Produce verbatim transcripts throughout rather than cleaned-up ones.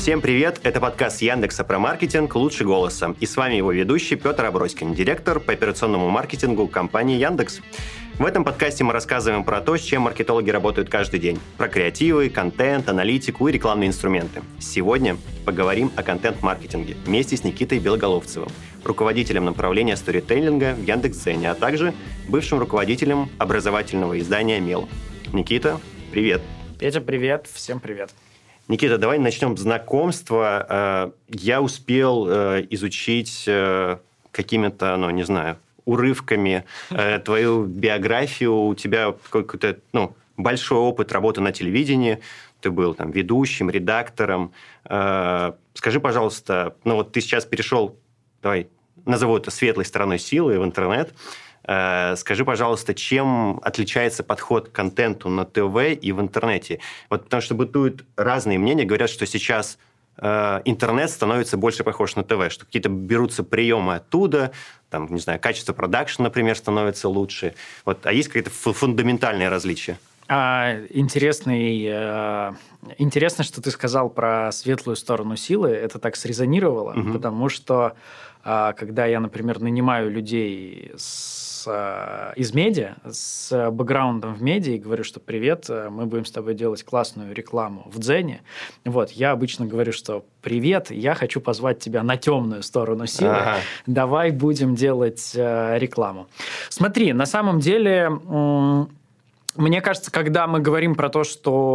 Всем привет! Это подкаст Яндекса про маркетинг «Лучше голоса». И с вами его ведущий Петр Аброськин, директор по операционному маркетингу компании Яндекс. В этом подкасте мы рассказываем про то, с чем маркетологи работают каждый день. Про креативы, контент, аналитику и рекламные инструменты. Сегодня поговорим о контент-маркетинге вместе с Никитой Белоголовцевым, руководителем направления сторителлинга в Яндекс.Дзене, а также бывшим руководителем образовательного издания «Мел». Никита, привет! Петя, привет! Всем привет! Никита, давай начнем знакомство. Я успел изучить какими-то, ну, не знаю, урывками твою биографию. У тебя какой-то, ну, большой опыт работы на телевидении. Ты был там ведущим, редактором. Скажи, пожалуйста, ну вот ты сейчас перешел, давай назову это светлой стороной силы в интернет. Скажи, пожалуйста, чем отличается подход к контенту на ТВ и в интернете? Вот потому что бытуют разные мнения, говорят, что сейчас э, интернет становится больше похож на ТВ, что какие-то берутся приемы оттуда, там, не знаю, качество продакшена, например, становится лучше. Вот, а есть какие-то фундаментальные различия? А, интересный, э, интересно, что ты сказал про светлую сторону силы. Это так срезонировало, угу. потому что э, когда я, например, нанимаю людей с из медиа, с бэкграундом в медиа, и говорю, что привет, мы будем с тобой делать классную рекламу в Дзене. Вот, я обычно говорю, что привет, я хочу позвать тебя на темную сторону силы, ага. давай будем делать э, рекламу. Смотри, на самом деле... М- Мне кажется, когда мы говорим про то,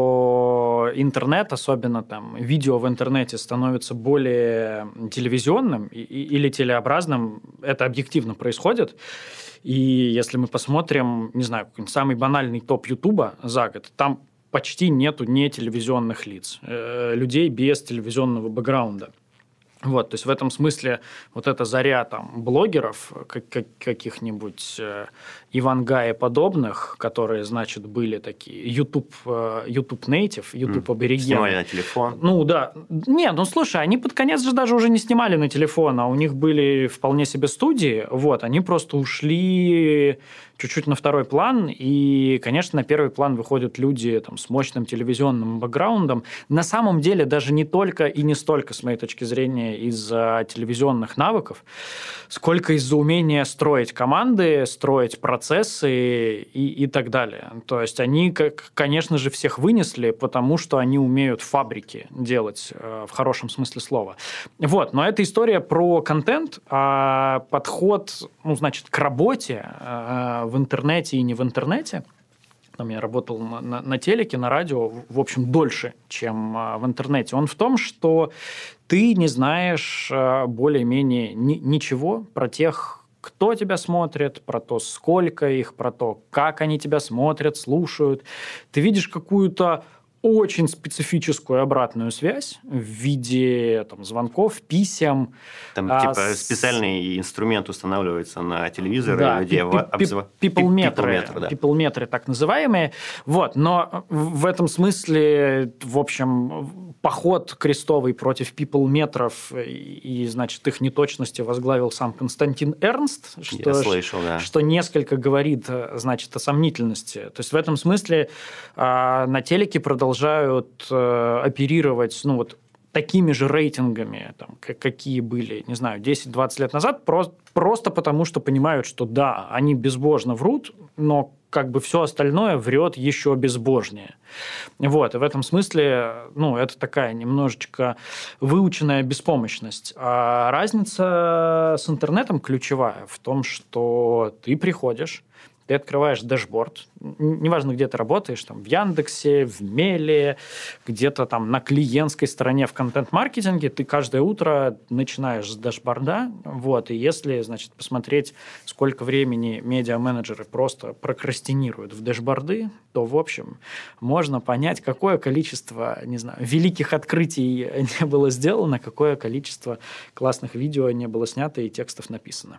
что интернет, особенно там видео в интернете, становится более телевизионным или телеобразным, это объективно происходит. И если мы посмотрим, не знаю, какой-нибудь самый банальный топ Ютуба за год, там почти нету нетелевизионных лиц, э, людей без телевизионного бэкграунда. Вот, то есть в этом смысле вот эта заря там блогеров, как, как, каких-нибудь э, Ивангая подобных, которые, значит, были такие YouTube, э, YouTube native, YouTube аборигены. Снимали на телефон. Ну, да. Нет, ну, слушай, они под конец же даже уже не снимали на телефон, а у них были вполне себе студии, вот, они просто ушли чуть-чуть на второй план, и, конечно, на первый план выходят люди там, с мощным телевизионным бэкграундом. На самом деле даже не только и не столько, с моей точки зрения, из-за телевизионных навыков, сколько из-за умения строить команды, строить процессы и, и так далее. То есть они, конечно же, всех вынесли, потому что они умеют фабрики делать в хорошем смысле слова. Вот, но это история про контент, а подход, ну, значит, к работе в интернете и не в интернете. Там я работал на, на, на телеке, на радио, в общем, дольше, чем в интернете. Он в том, что ты не знаешь более-менее ни, ничего про тех, кто тебя смотрит, про то, сколько их, про то, как они тебя смотрят, слушают. Ты видишь какую-то очень специфическую обратную связь в виде там, звонков, писем. Там а, типа с... специальный инструмент устанавливается на телевизор, да, и людей обзывают. People-метры, people-метры так называемые. Вот. Но в этом смысле, в общем, поход крестовый против people-метров и, и, значит, их неточности возглавил сам Константин Эрнст, что, Я слышал, да. что несколько говорит, значит, о сомнительности. То есть в этом смысле на телеке продолжают продолжают э, оперировать, ну, вот такими же рейтингами, там, какие были, не знаю, десять-двадцать лет назад, просто, просто потому, что понимают, что да, они безбожно врут, но как бы все остальное врет еще безбожнее. Вот, и в этом смысле, ну, это такая немножечко выученная беспомощность. А разница с интернетом ключевая в том, что ты приходишь, ты открываешь дэшборд, неважно, где ты работаешь, там, в Яндексе, в Меле, где-то там на клиентской стороне в контент-маркетинге, ты каждое утро начинаешь с дэшборда, вот, и если, значит, посмотреть, сколько времени медиа-менеджеры просто прокрастинируют в дэшборды, то, в общем, можно понять, какое количество, не знаю, великих открытий не было сделано, какое количество классных видео не было снято и текстов написано.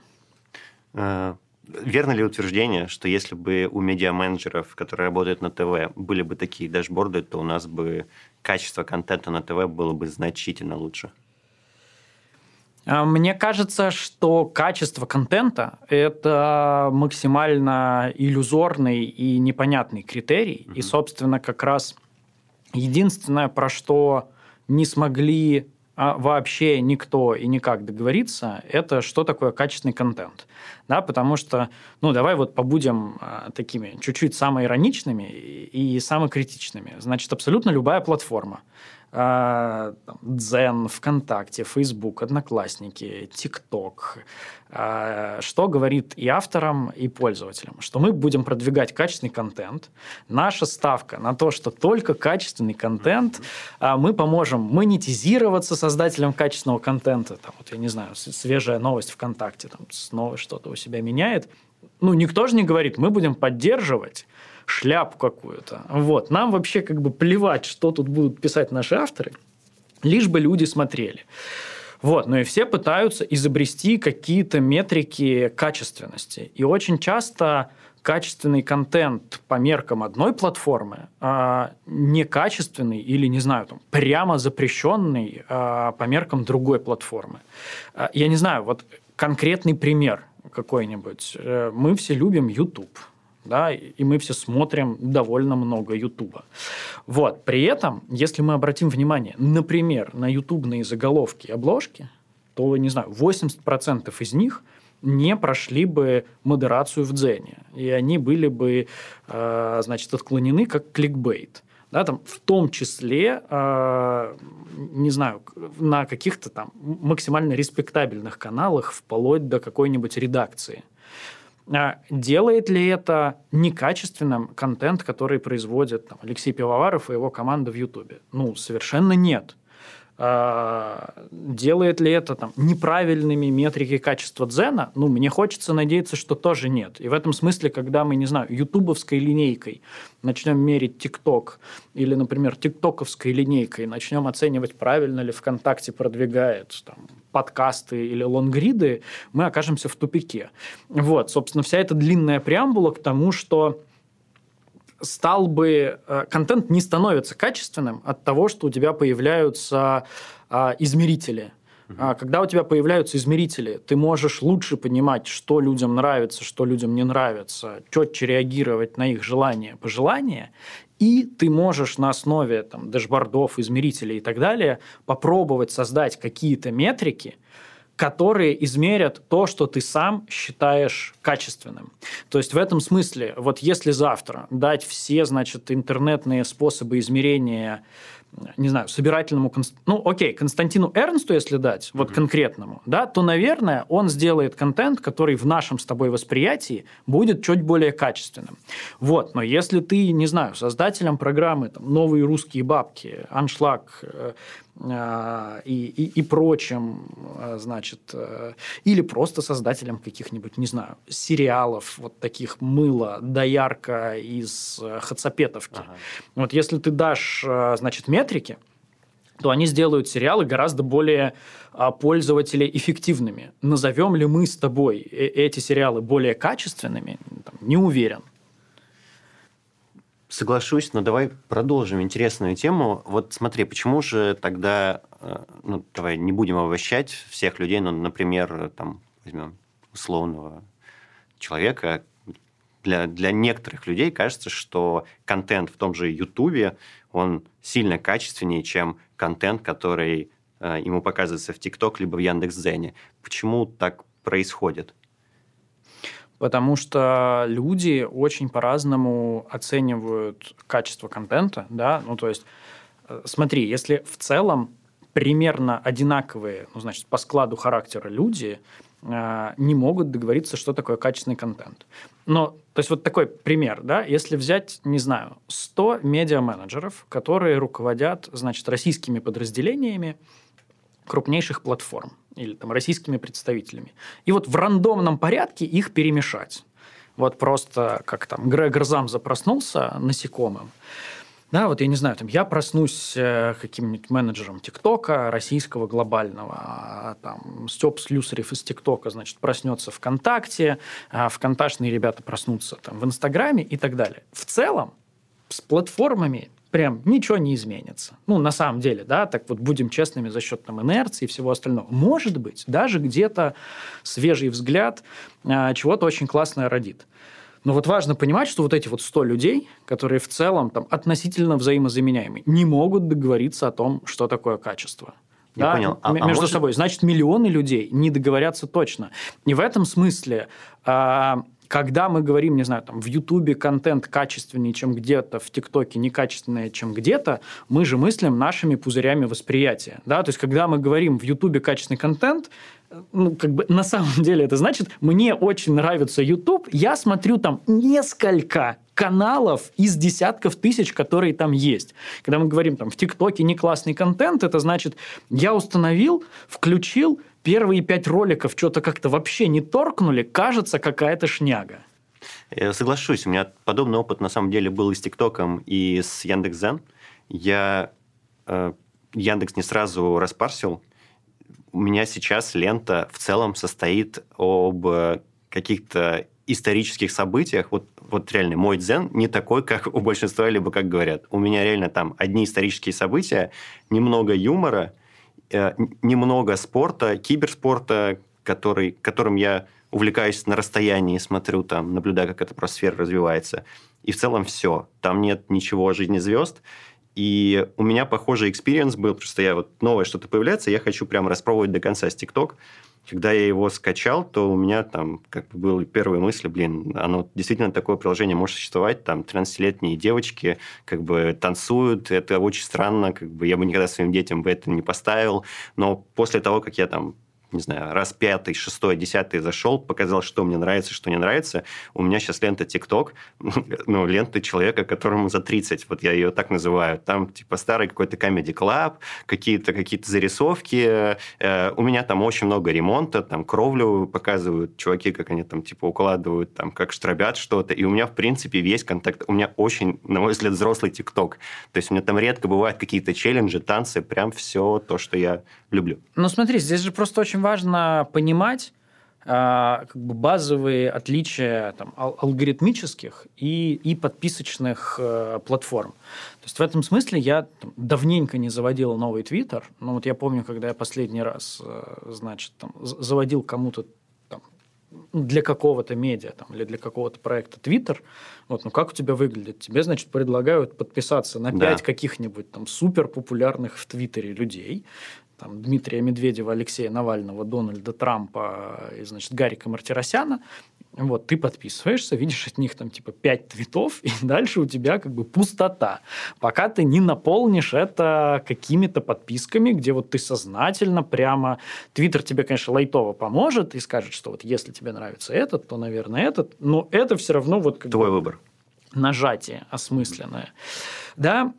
Верно ли утверждение, что если бы у медиа-менеджеров, которые работают на ТВ, были бы такие дашборды, то у нас бы качество контента на ТВ было бы значительно лучше? Мне кажется, что качество контента – это максимально иллюзорный и непонятный критерий. Mm-hmm. И, собственно, как раз единственное, про что не смогли а, вообще никто и никак договориться, это что такое качественный контент. Да, потому что, ну, давай вот побудем а, такими чуть-чуть самоироничными и, и самокритичными. Значит, абсолютно любая платформа, Дзен, ВКонтакте, Фейсбук, Одноклассники, ТикТок. Что говорит и авторам, и пользователям? Что мы будем продвигать качественный контент. Наша ставка на то, что только качественный контент, мы поможем монетизироваться создателям качественного контента. Там, вот, я не знаю, свежая новость ВКонтакте там, снова что-то у себя меняет. Ну, никто же не говорит, мы будем поддерживать шляпу какую-то. Вот. Нам вообще как бы плевать, что тут будут писать наши авторы, лишь бы люди смотрели. Вот. Но и все пытаются изобрести какие-то метрики качественности. И очень часто качественный контент по меркам одной платформы а, некачественный или, не знаю, там, прямо запрещенный а, по меркам другой платформы. А, я не знаю, вот конкретный пример какой-нибудь. Мы все любим YouTube. Да, и мы все смотрим довольно много Ютуба. Вот. При этом, если мы обратим внимание, например, на ютубные заголовки и обложки, то, не знаю, восемьдесят процентов из них не прошли бы модерацию в Дзене. И они были бы, э, значит, отклонены как кликбейт. Да, там, в том числе, э, не знаю, на каких-то там максимально респектабельных каналах вплоть до какой-нибудь редакции. Делает ли это некачественным контент, который производит там, Алексей Пивоваров и его команда в Ютубе? Ну, совершенно нет. Делает ли это там, неправильными метрики качества Дзена? Ну, мне хочется надеяться, что тоже нет. И в этом смысле, когда мы, не знаю, ютубовской линейкой начнем мерить ТикТок или, например, тиктоковской линейкой начнем оценивать, правильно ли ВКонтакте продвигает там, подкасты или лонгриды, мы окажемся в тупике. Вот, собственно, вся эта длинная преамбула к тому, что стал бы... Контент не становится качественным от того, что у тебя появляются а, измерители. А, когда у тебя появляются измерители, ты можешь лучше понимать, что людям нравится, что людям не нравится, четче реагировать на их желания, пожелания, и ты можешь на основе там, дэшбордов, измерителей и так далее попробовать создать какие-то метрики, которые измерят то, что ты сам считаешь качественным. То есть в этом смысле, вот если завтра дать все, значит, интернетные способы измерения, не знаю, собирательному... Ну, окей, Константину Эрнсту, если дать, вот mm-hmm. конкретному, да, то, наверное, он сделает контент, который в нашем с тобой восприятии будет чуть более качественным. Вот, но если ты, не знаю, создателем программы там, «Новые русские бабки», «Аншлаг», э, И, и, и прочим, значит, или просто создателем каких-нибудь, не знаю, сериалов, вот таких «Мыло», «Доярка» из «Хацапетовки». Ага. Вот если ты дашь, значит, метрики, то они сделают сериалы гораздо более пользователеэффективными. Назовем ли мы с тобой эти сериалы более качественными? Не уверен. Соглашусь, но давай продолжим интересную тему. Вот смотри, почему же тогда, ну, давай не будем обобщать всех людей, но, например, там, возьмем условного человека. Для, для некоторых людей кажется, что контент в том же Ютубе, он сильно качественнее, чем контент, который э, ему показывается в ТикТок либо в Яндекс.Дзене. Почему так происходит? Потому что люди очень по-разному оценивают качество контента. Да? Ну, то есть, смотри, если в целом примерно одинаковые, ну, значит, по складу характера люди э, не могут договориться, что такое качественный контент. Но, то есть, вот такой пример, да, если взять, не знаю, сто медиа-менеджеров, которые руководят, значит, российскими подразделениями крупнейших платформ или там российскими представителями. И вот в рандомном порядке их перемешать. Вот просто как там Грегор Замза проснулся насекомым. Да, вот я не знаю, там я проснусь каким-нибудь менеджером ТикТока, российского, глобального, а там Степ Слюсарев из ТикТока, значит, проснется ВКонтакте, а ВКонтачные ребята проснутся там в Инстаграме и так далее. В целом с платформами прям ничего не изменится. Ну, на самом деле, да, так вот будем честными за счет там инерции и всего остального. Может быть, даже где-то свежий взгляд а, чего-то очень классное родит. Но вот важно понимать, что вот эти вот сто людей, которые в целом там, относительно взаимозаменяемы, не могут договориться о том, что такое качество. Я да? понял. А, Между а может... собой. Значит, миллионы людей не договорятся точно. И в этом смысле... А, когда мы говорим, не знаю, там, в Ютубе контент качественнее, чем где-то, в ТикТоке некачественнее, чем где-то, мы же мыслим нашими пузырями восприятия. Да? То есть, когда мы говорим в Ютубе качественный контент, ну, как бы на самом деле это значит, мне очень нравится YouTube, я смотрю там несколько каналов из десятков тысяч, которые там есть. Когда мы говорим, там, в ТикТоке не классный контент, это значит, я установил, включил, первые пять роликов что-то как-то вообще не торкнули, кажется, какая-то шняга. Я соглашусь. У меня подобный опыт, на самом деле, был и с ТикТоком, и с Яндекс.Дзен. Я э, Яндекс не сразу распарсил. У меня сейчас лента в целом состоит об каких-то исторических событиях. Вот, вот реально, мой дзен не такой, как у большинства, либо как говорят. У меня реально там одни исторические события, немного юмора, немного спорта, киберспорта, который, которым я увлекаюсь на расстоянии, смотрю там, наблюдаю, как эта просто сфера развивается. И в целом все. Там нет ничего о жизни звезд. И у меня похожий экспириенс был, потому что я вот новое что-то появляется, я хочу прям распробовать до конца с TikTok. Когда я его скачал, то у меня там как бы были первые мысли, блин, оно действительно такое приложение может существовать, там тринадцатилетние девочки как бы танцуют, это очень странно, как бы я бы никогда своим детям бы это не поставил, но после того, как я там не знаю, раз пятый, шестой, десятый зашел, показал, что мне нравится, что не нравится. У меня сейчас лента TikTok, ну, лента человека, которому за тридцать, вот я ее так называю. Там, типа, старый какой-то Comedy Club, какие-то, какие-то зарисовки. У меня там очень много ремонта, там кровлю показывают чуваки, как они там, типа, укладывают, там, как штробят что-то. И у меня, в принципе, весь контакт... У меня очень, на мой взгляд, взрослый TikTok. То есть у меня там редко бывают какие-то челленджи, танцы, прям все то, что я люблю. Ну, смотри, здесь же просто очень важно понимать э, как бы базовые отличия там, ал- алгоритмических и, и подписочных э, платформ. То есть в этом смысле я там, давненько не заводил новый Твиттер. Но вот я помню, когда я последний раз э, значит, там, заводил кому-то там, для какого-то медиа там, или для какого-то проекта Твиттер, вот, ну как у тебя выглядит? Тебе, значит, предлагают подписаться на пять да. каких-нибудь там супер популярных в Твиттере людей, там, Дмитрия Медведева, Алексея Навального, Дональда Трампа и, значит, Гарика Мартиросяна. Вот, ты подписываешься, видишь от них там типа пять твитов, и дальше у тебя как бы пустота. Пока ты не наполнишь это какими-то подписками, где вот ты сознательно прямо... Твиттер тебе, конечно, лайтово поможет и скажет, что вот если тебе нравится этот, то, наверное, этот. Но это все равно вот... Как Твой бы выбор. Нажатие осмысленное. Да,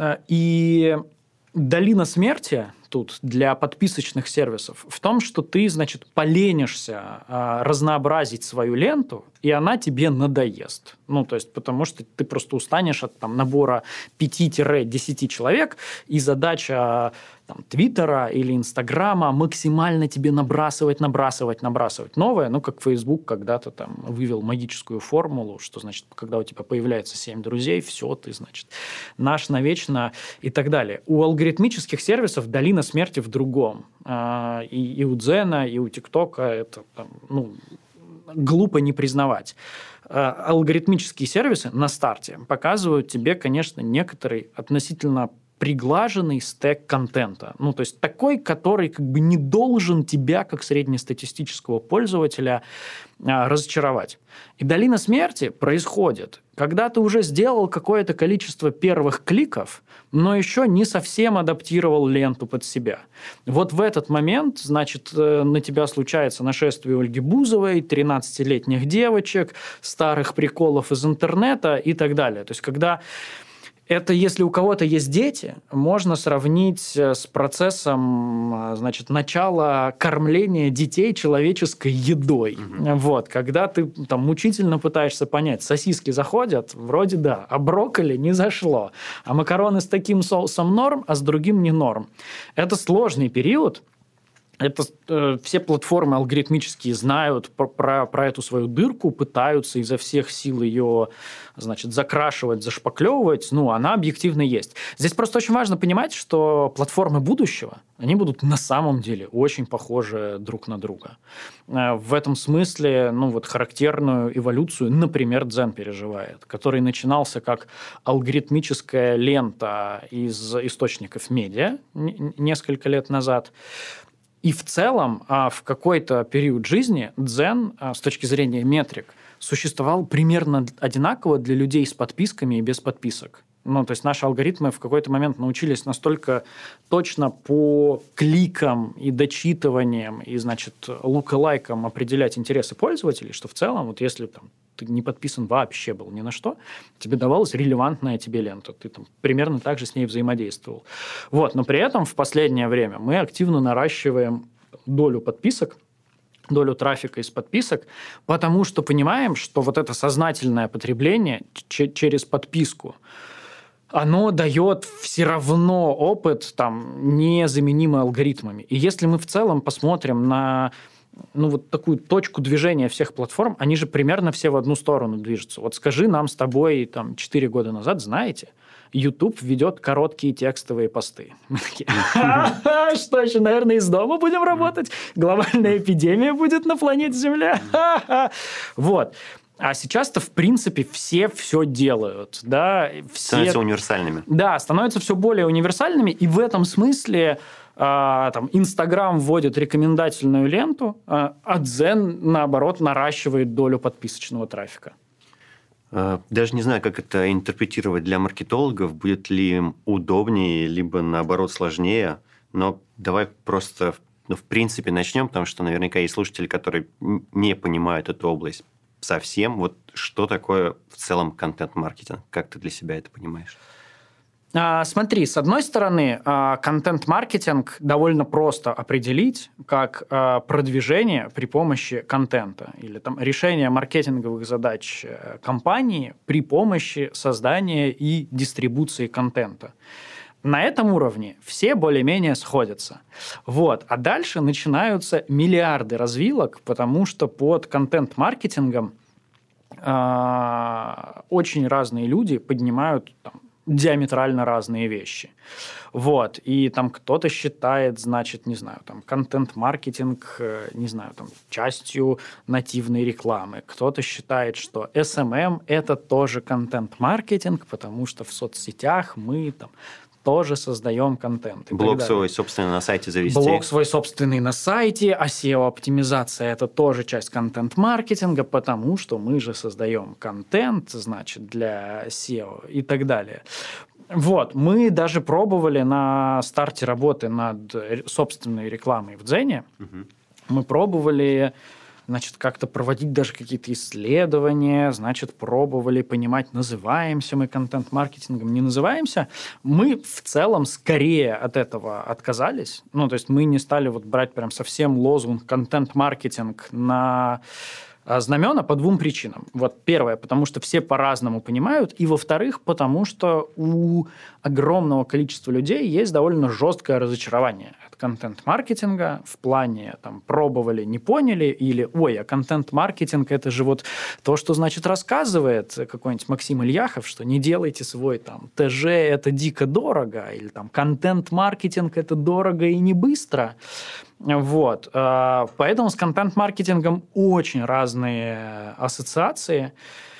и долина смерти тут для подписочных сервисов в том, что ты, значит, поленишься э, разнообразить свою ленту, и она тебе надоест. Ну, то есть, потому что ты просто устанешь от там, набора пяти-десяти человек, и задача там, Твиттера или Инстаграма максимально тебе набрасывать, набрасывать, набрасывать новое, ну, как Facebook когда-то там вывел магическую формулу, что, значит, когда у тебя появляется семь друзей, все, ты, значит, наш навечно и так далее. У алгоритмических сервисов долина смерти в другом. И, и у Дзена, и у ТикТока это там, ну, глупо не признавать. Алгоритмические сервисы на старте показывают тебе, конечно, некоторый относительно приглаженный стек контента. Ну, то есть такой, который как бы не должен тебя, как среднестатистического пользователя, разочаровать. И долина смерти происходит, когда ты уже сделал какое-то количество первых кликов, но еще не совсем адаптировал ленту под себя. Вот в этот момент, значит, на тебя случается нашествие Ольги Бузовой, тринадцатилетних девочек, старых приколов из интернета и так далее. То есть когда... Это, если у кого-то есть дети, можно сравнить с процессом, значит, начала кормления детей человеческой едой. Mm-hmm. Вот, когда ты там мучительно пытаешься понять, сосиски заходят, вроде да, а брокколи не зашло, а макароны с таким соусом норм, а с другим не норм. Это сложный период. Это э, все платформы алгоритмические знают про, про, про эту свою дырку, пытаются изо всех сил ее, значит, закрашивать, зашпаклевывать. Ну, она объективно есть. Здесь просто очень важно понимать, что платформы будущего, они будут на самом деле очень похожи друг на друга. Э, в этом смысле, ну, вот характерную эволюцию, например, Дзен переживает, который начинался как алгоритмическая лента из источников медиа н- несколько лет назад. И в целом в какой-то период жизни Дзен с точки зрения метрик существовал примерно одинаково для людей с подписками и без подписок. Ну, то есть наши алгоритмы в какой-то момент научились настолько точно по кликам и дочитываниям и, значит, лук-лайкам определять интересы пользователей, что в целом, вот если там, ты не подписан вообще был ни на что, тебе давалась релевантная тебе лента. Ты там примерно так же с ней взаимодействовал. Вот. Но при этом в последнее время мы активно наращиваем долю подписок, долю трафика из подписок, потому что понимаем, что вот это сознательное потребление ч- через подписку, оно дает все равно опыт, там, незаменимый алгоритмами. И если мы в целом посмотрим на ну, вот такую точку движения всех платформ, они же примерно все в одну сторону движутся. Вот скажи нам с тобой там, четыре года назад, знаете, YouTube ведет короткие текстовые посты. Мы такие, что еще, наверное, из дома будем работать? Глобальная эпидемия будет на планете Земля? Вот. А сейчас-то, в принципе, все все делают. Да? Все... Становятся универсальными. Да, становятся все более универсальными. И в этом смысле а, там, Инстаграм вводит рекомендательную ленту, а, а Дзен, наоборот, наращивает долю подписочного трафика. Даже не знаю, как это интерпретировать для маркетологов. Будет ли им удобнее, либо, наоборот, сложнее. Но давай просто, ну, в принципе, начнем, потому что наверняка есть слушатели, которые не понимают эту область совсем. Вот что такое в целом контент-маркетинг? Как ты для себя это понимаешь? А, смотри, с одной стороны, а, контент-маркетинг довольно просто определить как а, продвижение при помощи контента или там, решение маркетинговых задач компании при помощи создания и дистрибуции контента. На этом уровне все более-менее сходятся. Вот. А дальше начинаются миллиарды развилок, потому что под контент-маркетингом э, очень разные люди поднимают там, диаметрально разные вещи. Вот. И там кто-то считает, значит, не знаю, там, контент-маркетинг, не знаю, там, частью нативной рекламы. Кто-то считает, что эс эм эм – это тоже контент-маркетинг, потому что в соцсетях мы там тоже создаем контент. Блог свой собственный на сайте завести. Блог свой собственный на сайте, а сео-оптимизация – это тоже часть контент-маркетинга, потому что мы же создаем контент, значит, для сео и так далее. Вот. Мы даже пробовали на старте работы над собственной рекламой в Дзене. Угу. Мы пробовали... Значит, как-то проводить даже какие-то исследования, значит, пробовали понимать, называемся мы контент-маркетингом, не называемся. Мы в целом скорее от этого отказались. Ну, то есть мы не стали вот брать прям совсем лозунг контент-маркетинг на знамена по двум причинам. Вот первое, потому что все по-разному понимают, и во-вторых, потому что у огромного количества людей есть довольно жесткое разочарование от контент-маркетинга в плане там пробовали, не поняли, или ой, а контент-маркетинг это же вот то, что значит рассказывает какой-нибудь Максим Ильяхов, что не делайте свой там ТЖ, это дико дорого, или там контент-маркетинг это дорого и не быстро. Вот. Поэтому с контент-маркетингом очень разные ассоциации.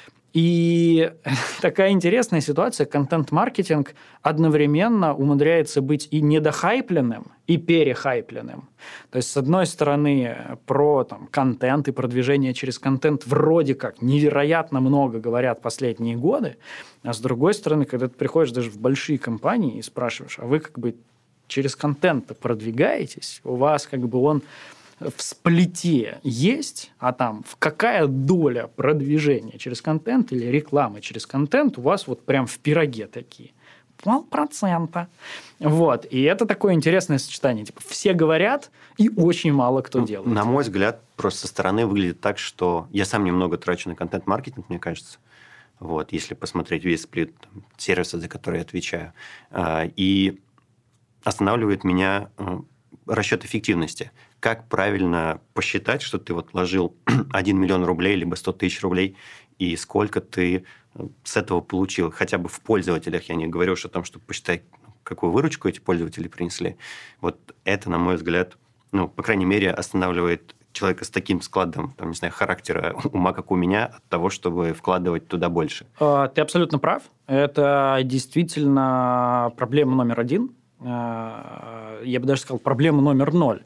И такая интересная ситуация. Контент-маркетинг одновременно умудряется быть и недохайпленным, и перехайпленным. То есть, с одной стороны, про там, контент и продвижение через контент вроде как невероятно много говорят последние годы, а с другой стороны, когда ты приходишь даже в большие компании и спрашиваешь, а вы как бы через контент продвигаетесь, у вас как бы он в сплите есть, а там какая доля продвижения через контент или рекламы через контент у вас вот прям в пироге такие? Полпроцента. Вот. И это такое интересное сочетание. Типа, все говорят, и очень мало кто делает. На мой взгляд, просто со стороны выглядит так, что я сам немного трачу на контент-маркетинг, мне кажется. Вот, если посмотреть весь сплит там, сервиса, за который я отвечаю. И останавливает меня расчет эффективности. как правильно посчитать, что ты вот вложил один миллион рублей, либо сто тысяч рублей, и сколько ты с этого получил? Хотя бы в пользователях, я не говорю уж о том, чтобы посчитать, какую выручку эти пользователи принесли. Вот это, на мой взгляд, ну, по крайней мере, останавливает человека с таким складом, там, не знаю, характера, ума, как у меня, от того, чтобы вкладывать туда больше. Ты абсолютно прав. Это действительно проблема номер один. Я бы даже сказал, проблема номер ноль.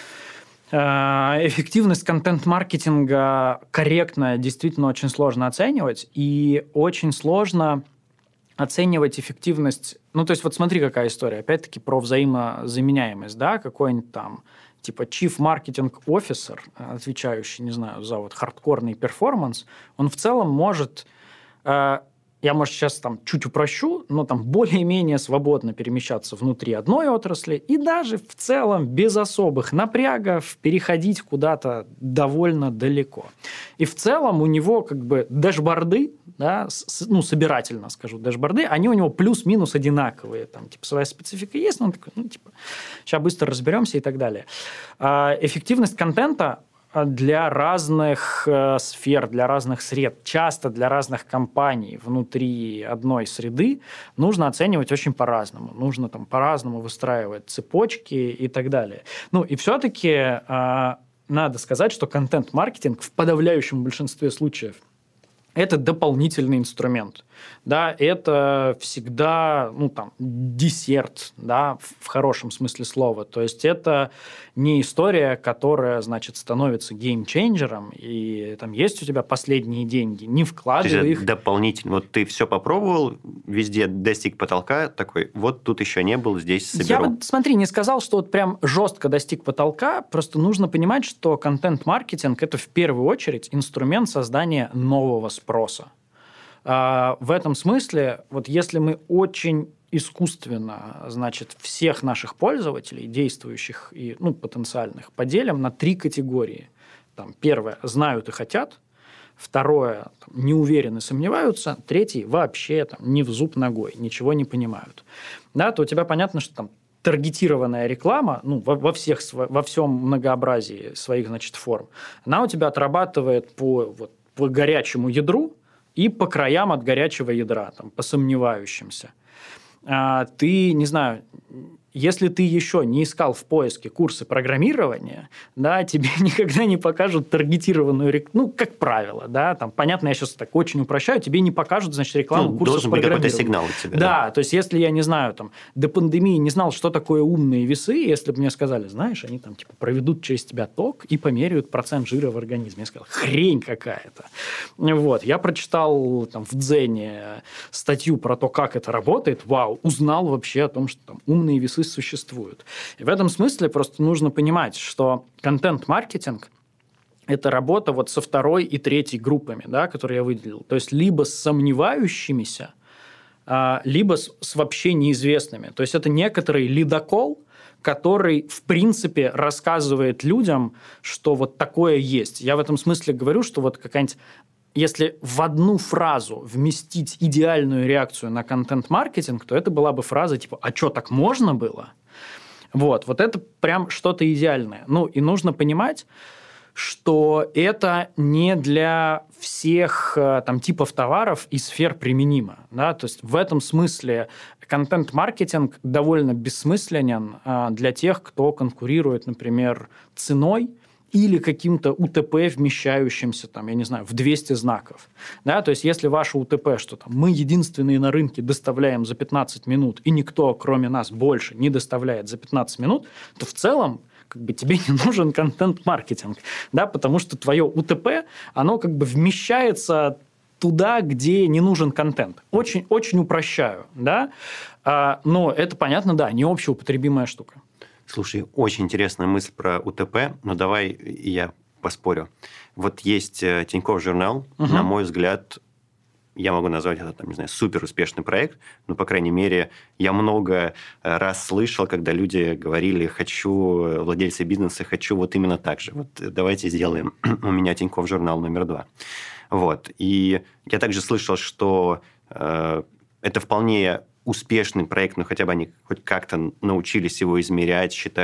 Эффективность контент-маркетинга корректно действительно очень сложно оценивать, и очень сложно оценивать эффективность... Ну, то есть, вот смотри, какая история. Опять-таки, про взаимозаменяемость, да, какой-нибудь там, типа, Chief Marketing Officer, отвечающий, не знаю, за вот хардкорный перформанс, он в целом может... Я, может, сейчас там чуть упрощу, но там более-менее свободно перемещаться внутри одной отрасли и даже в целом без особых напрягов переходить куда-то довольно далеко. И в целом у него как бы дэшборды, да, с, ну, собирательно скажу, дэшборды, они у него плюс-минус одинаковые. Там, типа, своя специфика есть, но он такой, ну, типа, сейчас быстро разберемся и так далее. А эффективность контента для разных э, сфер, для разных сред, часто для разных компаний внутри одной среды нужно оценивать очень по-разному. Нужно там по-разному выстраивать цепочки и так далее. Ну и все-таки э, надо сказать, что контент-маркетинг в подавляющем большинстве случаев это дополнительный инструмент. Да, это всегда, ну, там, десерт, да, в хорошем смысле слова. То есть это не история, которая, значит, становится геймчейнджером, и там есть у тебя последние деньги, не вкладывай их. Дополнительно. Вот ты все попробовал, везде достиг потолка, такой, вот тут еще не был, здесь соберу. Я вот, смотри, не сказал, что вот прям жестко достиг потолка, просто нужно понимать, что контент-маркетинг – это в первую очередь инструмент создания нового спроса. В этом смысле, вот если мы очень искусственно, значит, всех наших пользователей, действующих и, ну, потенциальных, поделим на три категории. Там, первое – знают и хотят. Второе – там, не уверены, сомневаются. Третий – вообще там, не в зуб ногой, ничего не понимают. Да, то у тебя понятно, что там таргетированная реклама, ну, во, во, всех, во всем многообразии своих, значит, форм, она у тебя отрабатывает по, вот, по горячему ядру, и по краям от горячего ядра, там, по сомневающимся. А, ты, не знаю, если ты еще не искал в поиске курсы программирования, да, тебе никогда не покажут таргетированную рекламу, ну, как правило, да, там, понятно, я сейчас так очень упрощаю, тебе не покажут, значит, рекламу ну, курсов программирования. Должен быть какой-то сигнал от тебя. Да, да, то есть, если я, не знаю, там, до пандемии не знал, что такое умные весы, если бы мне сказали, знаешь, они там, типа, проведут через тебя ток и померяют процент жира в организме. Я сказал, хрень какая-то. Вот, я прочитал там в Дзене статью про то, как это работает, вау, узнал вообще о том, что там умные весы существуют. И в этом смысле просто нужно понимать, что контент-маркетинг – это работа вот со второй и третьей группами, да, которые я выделил. То есть, либо с сомневающимися, либо с, с вообще неизвестными. То есть, это некоторый лидокол, который, в принципе, рассказывает людям, что вот такое есть. Я в этом смысле говорю, что вот какая-нибудь... Если в одну фразу вместить идеальную реакцию на контент-маркетинг, то это была бы фраза типа «А что, так можно было?» Вот, вот это прям что-то идеальное. Ну, и нужно понимать, что это не для всех там, типов товаров и сфер применимо. Да? То есть, в этом смысле контент-маркетинг довольно бессмысленен для тех, кто конкурирует, например, ценой, или каким-то УТП, вмещающимся, там, я не знаю, в двести знаков. Да? То есть, если ваше УТП, что там, мы единственные на рынке доставляем за пятнадцать минут, и никто, кроме нас, больше не доставляет за пятнадцать минут, то в целом как бы, тебе не нужен контент-маркетинг, да? Потому что твое УТП, оно как бы вмещается туда, где не нужен контент. Очень, очень упрощаю, да? А, но это, понятно, да, не общеупотребимая штука. Слушай, очень интересная мысль про УТП, но давай я поспорю. Вот есть Тинькофф журнал, угу. На мой взгляд, я могу назвать это, там, не знаю, супер успешный проект, но, по крайней мере, я много раз слышал, когда люди говорили, хочу, владельцы бизнеса, хочу вот именно так же. Вот давайте сделаем у меня Тинькофф журнал номер два. Вот. И я также слышал, что э, это вполне успешный проект, но хотя бы они хоть как-то научились его измерять, считают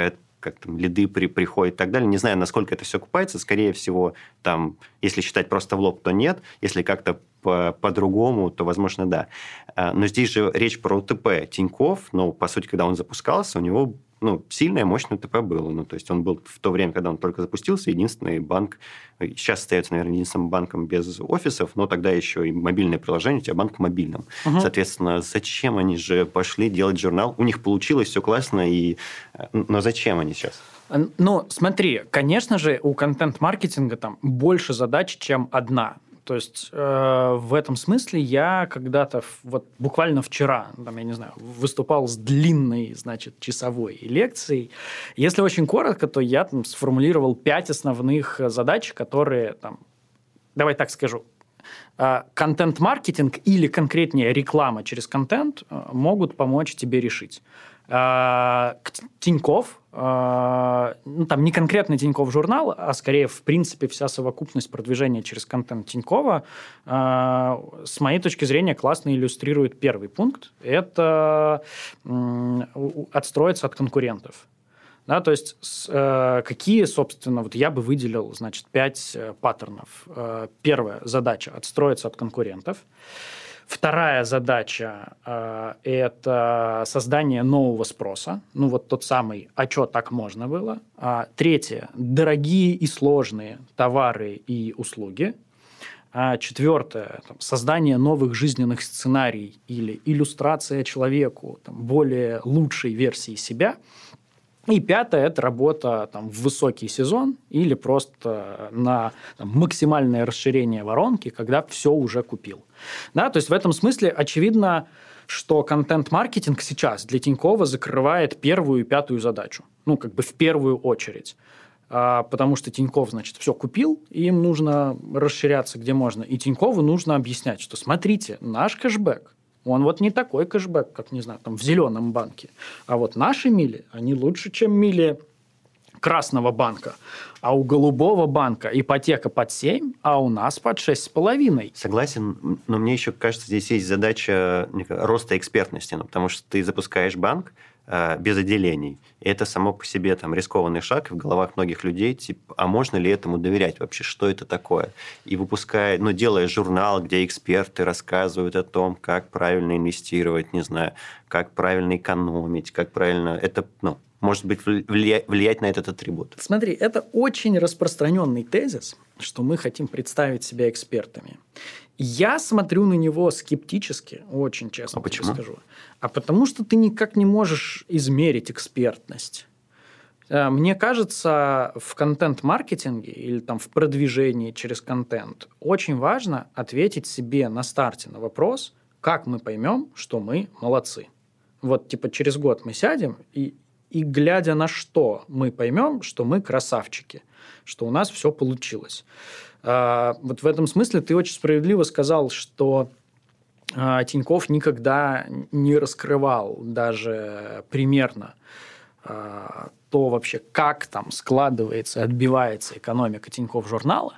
как там лиды при, приходят и так далее. Не знаю, насколько это все окупается. Скорее всего, там, если считать просто в лоб, то нет. Если как-то по- по-другому, то, возможно, да. Но здесь же речь про УТП. Тинькофф, ну, по сути, когда он запускался, у него ну, сильное, мощное УТП было. Ну, то есть он был в то время, когда он только запустился, единственный банк, сейчас остается, наверное, единственным банком без офисов, но тогда еще и мобильное приложение, у тебя банк в мобильном. Угу. Соответственно, зачем они же пошли делать журнал? У них получилось, все классно, и... но зачем они сейчас? Ну, смотри, конечно же, у контент-маркетинга там больше задач, чем одна. То есть э, в этом смысле я когда-то, вот буквально вчера, там, я не знаю, выступал с длинной, значит, часовой лекцией. Если очень коротко, то я там сформулировал пять основных задач, которые, там, давай так скажу, э, контент-маркетинг или конкретнее реклама через контент э, могут помочь тебе решить. Тинькофф, ну, там не конкретно Тинькофф журнал, а скорее, в принципе, вся совокупность продвижения через контент Тинькова, с моей точки зрения, классно иллюстрирует первый пункт. Это отстроиться от конкурентов. Да, то есть какие, собственно, вот я бы выделил, значит, пять паттернов. Первая задача – отстроиться от конкурентов. Вторая задача э, – это создание нового спроса. Ну, вот тот самый «а чё так можно было?». А, третье – дорогие и сложные товары и услуги. А, четвертое – там, создание новых жизненных сценариев или иллюстрация человеку там, более лучшей версии себя. И пятое – это работа там, в высокий сезон или просто на там, максимальное расширение воронки, когда все уже купил. Да, то есть в этом смысле очевидно, что контент-маркетинг сейчас для Тинькова закрывает первую и пятую задачу. Ну, как бы в первую очередь. А, потому что Тиньков, значит, все купил, и им нужно расширяться где можно. И Тинькову нужно объяснять, что смотрите, наш кэшбэк, он вот не такой кэшбэк, как, не знаю, там в зеленом банке. А вот наши мили, они лучше, чем мили красного банка. А у голубого банка ипотека под семь, а у нас под шесть с половиной. Согласен, но мне еще кажется, здесь есть задача роста экспертности, ну, потому что ты запускаешь банк э, без отделений. И это само по себе там, рискованный шаг в головах многих людей, типа, а можно ли этому доверять вообще, что это такое? И выпуская, ну, делая журнал, где эксперты рассказывают о том, как правильно инвестировать, не знаю, как правильно экономить, как правильно... Это, ну, может быть, влиять, влиять на этот атрибут. Смотри, это очень распространенный тезис, что мы хотим представить себя экспертами. Я смотрю на него скептически, очень честно а тебе скажу. А потому что ты никак не можешь измерить экспертность. Мне кажется, в контент-маркетинге или там, в продвижении через контент очень важно ответить себе на старте на вопрос, как мы поймем, что мы молодцы. Вот типа через год мы сядем и И глядя на что, мы поймем, что мы красавчики, что у нас все получилось. А, вот в этом смысле ты очень справедливо сказал, что а, Тинькофф никогда не раскрывал даже примерно а, то вообще, как там складывается, отбивается экономика Тинькофф журнала.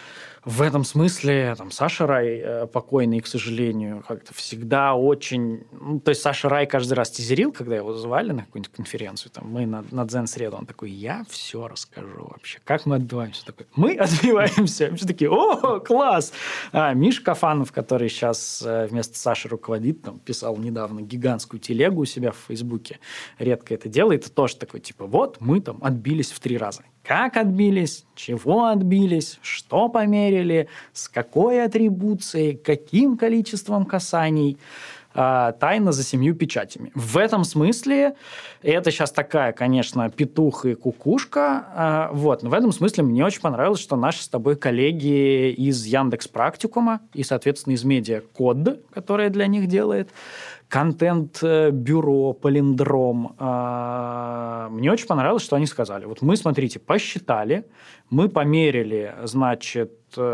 В этом смысле там, Саша Рай, покойный, к сожалению, как-то всегда очень... Ну, то есть Саша Рай каждый раз тизерил, когда его звали на какую-нибудь конференцию. Там, мы на, на Дзен-среду. Он такой, я все расскажу вообще. Как мы отбиваемся? Такой, мы отбиваемся. Все такие, о, класс! А Миша Кафанов, который сейчас вместо Саши руководит, там, писал недавно гигантскую телегу у себя в Фейсбуке. Редко это делает. И тоже такой, типа, вот мы там отбились в три раза. Как отбились, чего отбились, что померили, с какой атрибуцией, каким количеством касаний. Тайна за семью печатями. В этом смысле, это сейчас такая, конечно, петух и кукушка, вот, но в этом смысле мне очень понравилось, что наши с тобой коллеги из Яндекс.Практикума и, соответственно, из Медиакод, которая для них делает, контент-бюро, Полиндром. Мне очень понравилось, что они сказали. Вот мы, смотрите, посчитали, мы померили, значит,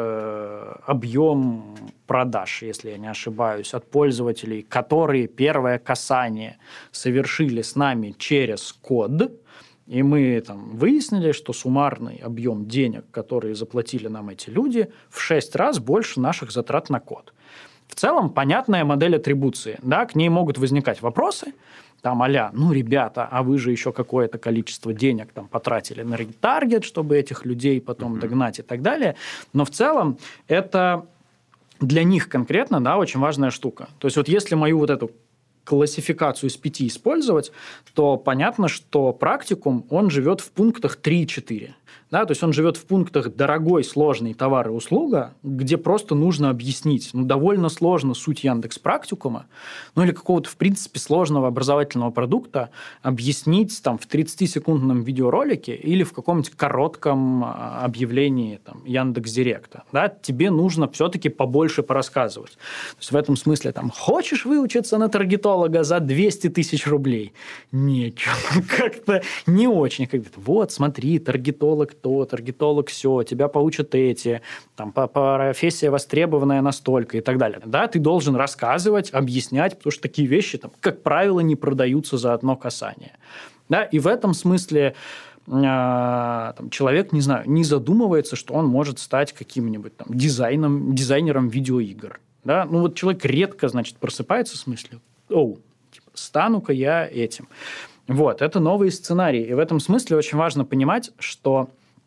объем продаж, если я не ошибаюсь, от пользователей, которые первое касание совершили с нами через код. И мы там выяснили, что суммарный объем денег, которые заплатили нам эти люди, в шесть раз больше наших затрат на код. В целом, понятная модель атрибуции. Да, к ней могут возникать вопросы. там а-ля, ну, ребята, а вы же еще какое-то количество денег там потратили на ретаргет, чтобы этих людей потом mm-hmm. догнать и так далее. Но в целом это для них конкретно, да, очень важная штука. То есть вот если мою вот эту классификацию из пяти использовать, то понятно, что практикум, он живет в пунктах три-четыре. Да? То есть он живет в пунктах дорогой, сложный товар и услуга, где просто нужно объяснить. Ну, довольно сложно суть Яндекс.Практикума, ну или какого-то, в принципе, сложного образовательного продукта объяснить там, в тридцатисекундном видеоролике или в каком-нибудь коротком объявлении там, Яндекс.Директа. Да? Тебе нужно все-таки побольше порассказывать. То есть в этом смысле, там, хочешь выучиться на таргетолога за двести тысяч рублей? Нет, как-то не очень. Как-то, вот, смотри, таргетолог то, таргетолог все, тебя поучат эти, там, профессия востребованная настолько и так далее. Да, ты должен рассказывать, объяснять, потому что такие вещи, там, как правило, не продаются за одно касание. Да, и в этом смысле э, там, человек, не знаю, не задумывается, что он может стать каким-нибудь там, дизайном, дизайнером видеоигр. Да? Ну, вот человек редко, значит, просыпается с мыслью, оу, типа, стану-ка я этим. Вот, это новые сценарии. И в этом смысле очень важно понимать, что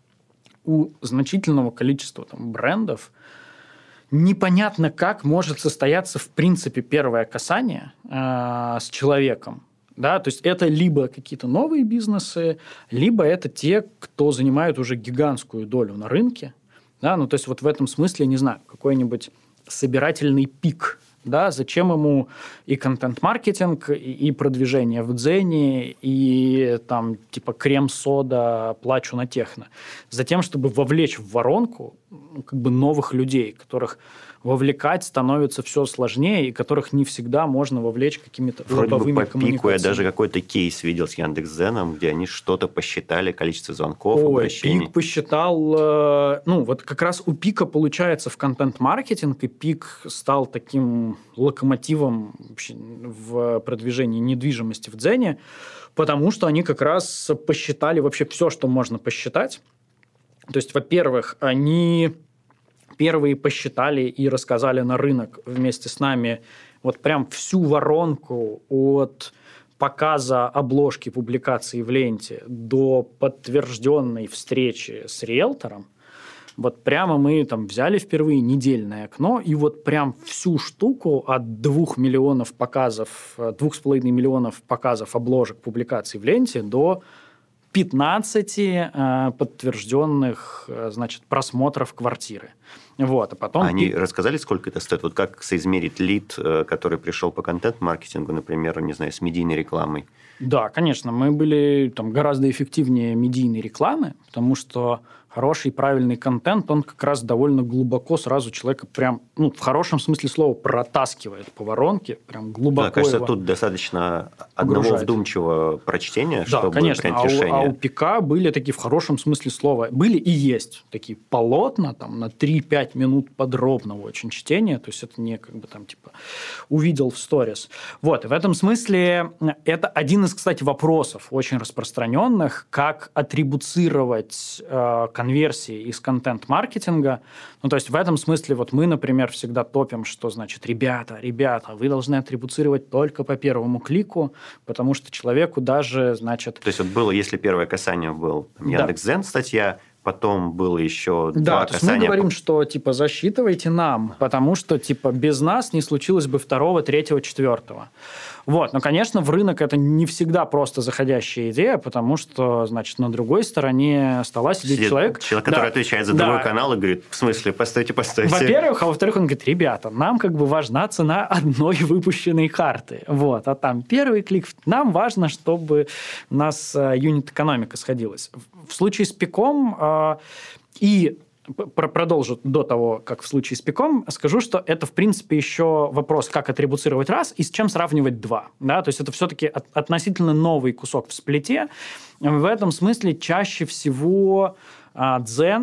у значительного количества там, брендов непонятно, как может состояться, в принципе, первое касание э, с человеком. Да? То есть это либо какие-то новые бизнесы, либо это те, кто занимают уже гигантскую долю на рынке. Да? Ну, то есть вот в этом смысле, не знаю, какой-нибудь собирательный пик. Да, зачем ему и контент-маркетинг, и, и продвижение в Дзене, и там типа крем-сода, плачу на техно. Затем, чтобы вовлечь в воронку как бы новых людей, которых вовлекать становится все сложнее, и которых не всегда можно вовлечь какими-то лобовыми коммуникациями. Вроде бы по пику я даже какой-то кейс видел с Яндекс.Дзеном, где они что-то посчитали, количество звонков, Ой, обращений. Пик посчитал... Ну, вот как раз у пика получается в контент-маркетинг, и пик стал таким локомотивом вообще в продвижении недвижимости в Дзене, потому что они как раз посчитали вообще все, что можно посчитать. То есть, во-первых, они... Первые посчитали и рассказали на рынок вместе с нами вот прям всю воронку от показа обложки публикации в ленте до подтвержденной встречи с риэлтором. Вот прямо мы там взяли впервые недельное окно, и вот прям всю штуку от двух миллионов показов, двух с половиной миллионов показов обложек публикаций в ленте до пятнадцати э, подтвержденных, э, значит, просмотров квартиры. Вот, а потом... Они рассказали, сколько это стоит? Вот как соизмерить лид, э, который пришел по контент-маркетингу, например, не знаю, с медийной рекламой? Да, конечно. Мы были там, гораздо эффективнее медийной рекламы, потому что хороший, правильный контент, он как раз довольно глубоко сразу человека прям, ну, в хорошем смысле слова, протаскивает по воронке, прям глубоко. Да, кажется, его тут достаточно одного погружает. Вдумчивого прочтения, да, чтобы конечно. принять а решение. У, а у ПИКа были такие в хорошем смысле слова. Были и есть такие полотна там, на три-пять минут подробного очень чтения. То есть это не как бы там типа увидел в сторис. Вот. И в этом смысле это один из, кстати, вопросов очень распространенных, как атрибуцировать э, конверсии из контент-маркетинга. Ну, то есть в этом смысле вот мы, например, всегда топим, что значит, ребята, ребята, вы должны атрибуцировать только по первому клику, потому что человеку даже, значит... То есть вот было, если первое касание был Яндекс.Дзен статья, потом было еще да, два то касания. есть мы говорим, что типа засчитывайте нам, потому что типа без нас не случилось бы второго, третьего, четвертого. Вот, но, конечно, в рынок это не всегда просто заходящая идея, потому что, значит, на другой стороне стола сидит, сидит человек... Человек, который да, отвечает за да. другой канал и говорит, в смысле, постойте, постойте. Во-первых, а во-вторых, он говорит, ребята, нам как бы важна цена одной выпущенной карты. Вот, а там первый клик. Нам важно, чтобы у нас юнит-экономика сходилась. В случае с ПИКом э, и... Продолжу до того, как в случае с ПИКом, скажу, что это, в принципе, еще вопрос, как атрибуцировать раз и с чем сравнивать два. Да? То есть это все-таки от, относительно новый кусок в сплите. В этом смысле чаще всего Дзен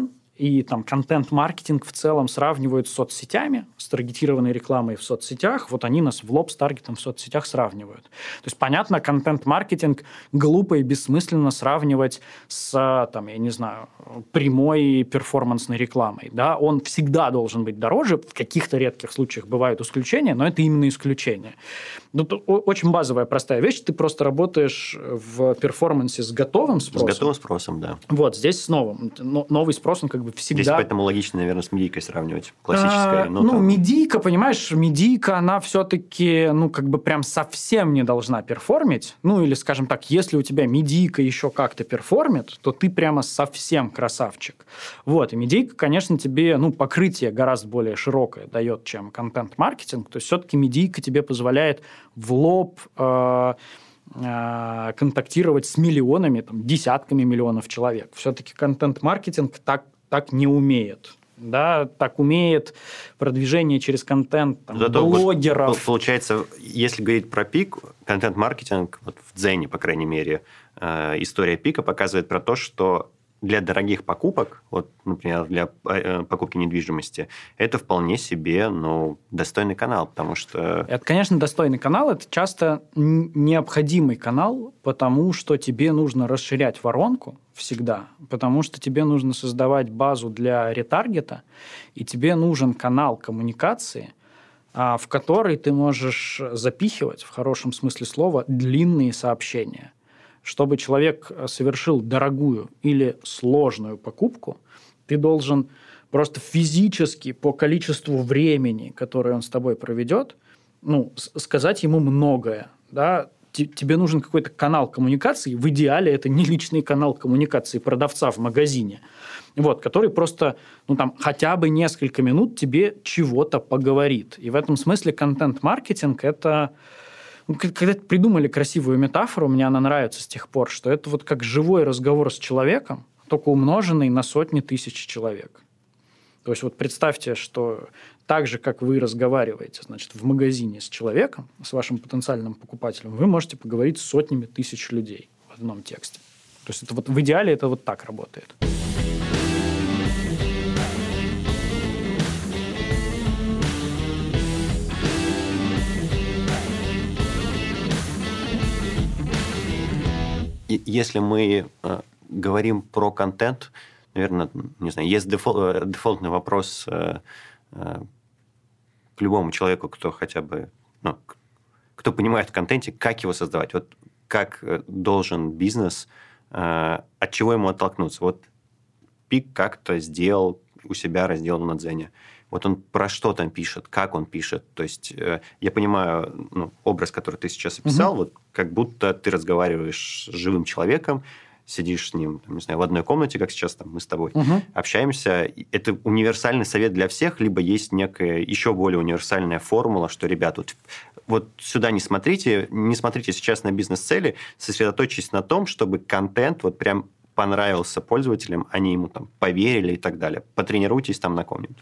и там контент-маркетинг в целом сравнивают с соцсетями, с таргетированной рекламой в соцсетях, вот они нас в лоб с таргетом в соцсетях сравнивают. То есть, понятно, контент-маркетинг глупо и бессмысленно сравнивать с, там, я не знаю, прямой перформансной рекламой. Да? Он всегда должен быть дороже, в каких-то редких случаях бывают исключения, но это именно исключение. Тут очень базовая, простая вещь, ты просто работаешь в перформансе с готовым спросом. С готовым спросом, да. Вот, здесь с новым. Новый спрос, он как бы всегда... Здесь поэтому логично, наверное, с медийкой сравнивать. Классической. А, ну, там... медийка, понимаешь, медийка, она все-таки, ну, как бы прям совсем не должна перформить. Ну, или, скажем так, если у тебя медийка еще как-то перформит, то ты прямо совсем красавчик. Вот, и медийка, конечно, тебе, ну, покрытие гораздо более широкое дает, чем контент-маркетинг. То есть, все-таки медийка тебе позволяет в лоб... Э- контактировать с миллионами, там, десятками миллионов человек. Все-таки контент-маркетинг так, так не умеет. Да, так умеет продвижение через контент там, Зато блогеров. Вот, получается, если говорить про пик, контент-маркетинг, вот в Дзене, по крайней мере, э, история пика показывает про то, что для дорогих покупок, вот, например, для э, покупки недвижимости, это вполне себе, ну, достойный канал, потому что... Это, конечно, достойный канал, это часто необходимый канал, потому что тебе нужно расширять воронку всегда, потому что тебе нужно создавать базу для ретаргета, и тебе нужен канал коммуникации, в который ты можешь запихивать, в хорошем смысле слова, длинные сообщения. Чтобы человек совершил дорогую или сложную покупку, ты должен просто физически по количеству времени, которое он с тобой проведет, ну, сказать ему многое. Да? Тебе нужен какой-то канал коммуникации. В идеале это не личный канал коммуникации продавца в магазине, вот, который просто ну, там, хотя бы несколько минут тебе чего-то поговорит. И в этом смысле контент-маркетинг – это... Когда придумали красивую метафору, мне она нравится с тех пор, что это вот как живой разговор с человеком, только умноженный на сотни тысяч человек. То есть вот представьте, что так же, как вы разговариваете, значит, в магазине с человеком, с вашим потенциальным покупателем, вы можете поговорить с сотнями тысяч людей в одном тексте. То есть это вот в идеале это вот так работает. Если мы э, говорим про контент, наверное, не знаю, есть дефол- дефолтный вопрос э, э, к любому человеку, кто хотя бы, ну, кто понимает в контенте, как его создавать. Вот как должен бизнес, э, от чего ему оттолкнуться. Вот Пик как-то сделал у себя раздел на Дзене. Вот он про что там пишет, как он пишет. То есть э, я понимаю ну, образ, который ты сейчас описал, угу. вот как будто ты разговариваешь с живым человеком, сидишь с ним, там, не знаю, в одной комнате, как сейчас там мы с тобой, угу. общаемся. Это универсальный совет для всех, либо есть некая еще более универсальная формула, что, ребят, вот, вот сюда не смотрите, не смотрите сейчас на бизнес-цели, сосредоточьтесь на том, чтобы контент вот прям понравился пользователям, они ему там поверили и так далее. Потренируйтесь там на ком-нибудь.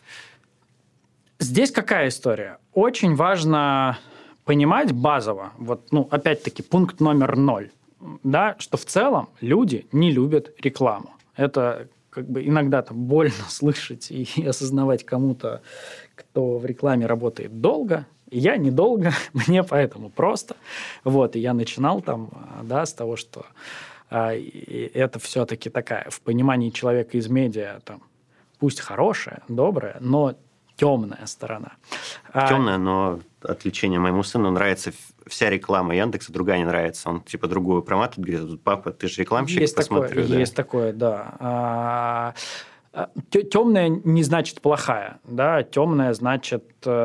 Здесь какая история? Очень важно понимать базово, вот, ну, опять-таки, пункт номер ноль, да, что в целом люди не любят рекламу. Это как бы иногда там больно слышать и осознавать кому-то, кто в рекламе работает долго. Я недолго, мне поэтому просто. Вот, и я начинал там, да, с того, что а, это все-таки такая, в понимании человека из медиа, там, пусть хорошая, добрая, но темная сторона. Темная, но отвлечение моему сыну нравится вся реклама Яндекса, другая не нравится. Он типа другую проматывает, говорит, тут папа, ты же рекламщик, есть посмотрю. Такое, да. Есть такое, да. Темная не значит плохая, да, темная значит,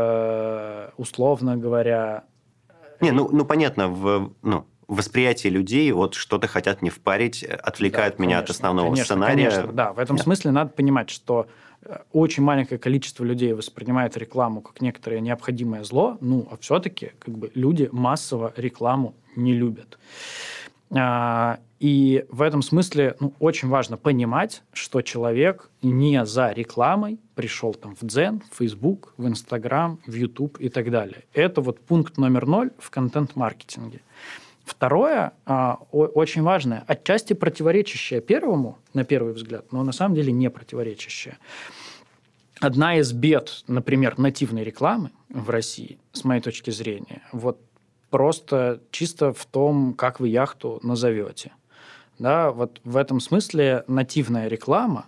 условно говоря... Не, ну, ну понятно, в... Ну, восприятие людей, вот что-то хотят не впарить, отвлекают да, меня конечно, от основного конечно, сценария. Конечно, да. В этом Нет. смысле надо понимать, что очень маленькое количество людей воспринимает рекламу как некоторое необходимое зло, ну, а все-таки как бы, люди массово рекламу не любят. И в этом смысле ну, очень важно понимать, что человек не за рекламой пришел там, в Дзен, в Facebook, в Instagram, в YouTube и так далее. Это вот пункт номер ноль в контент-маркетинге. Второе, а, о- очень важное, отчасти противоречащее первому, на первый взгляд, но на самом деле не противоречащее. Одна из бед, например, нативной рекламы в России, с моей точки зрения, вот просто чисто в том, как вы яхту назовете. Да, вот в этом смысле нативная реклама,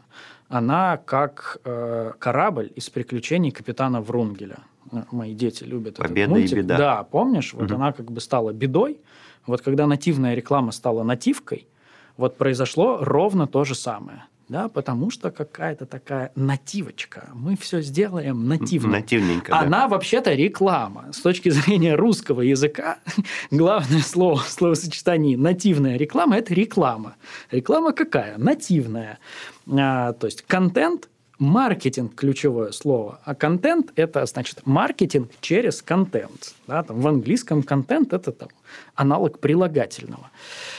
она как э, корабль из приключений капитана Врунгеля. Мои дети любят Победа этот мультик. и беда. Да, помнишь? Вот Угу. она как бы стала бедой. Вот когда нативная реклама стала нативкой, вот произошло ровно то же самое. Да, потому что какая-то такая нативочка. Мы все сделаем нативно. Нативненько, да. Она вообще-то реклама. С точки зрения русского языка, главное слово в словосочетании нативная реклама – это реклама. Реклама какая? Нативная. А, то есть контент, маркетинг – ключевое слово. А контент – это, значит, маркетинг через контент. Да, там, в английском контент – это там, аналог прилагательного.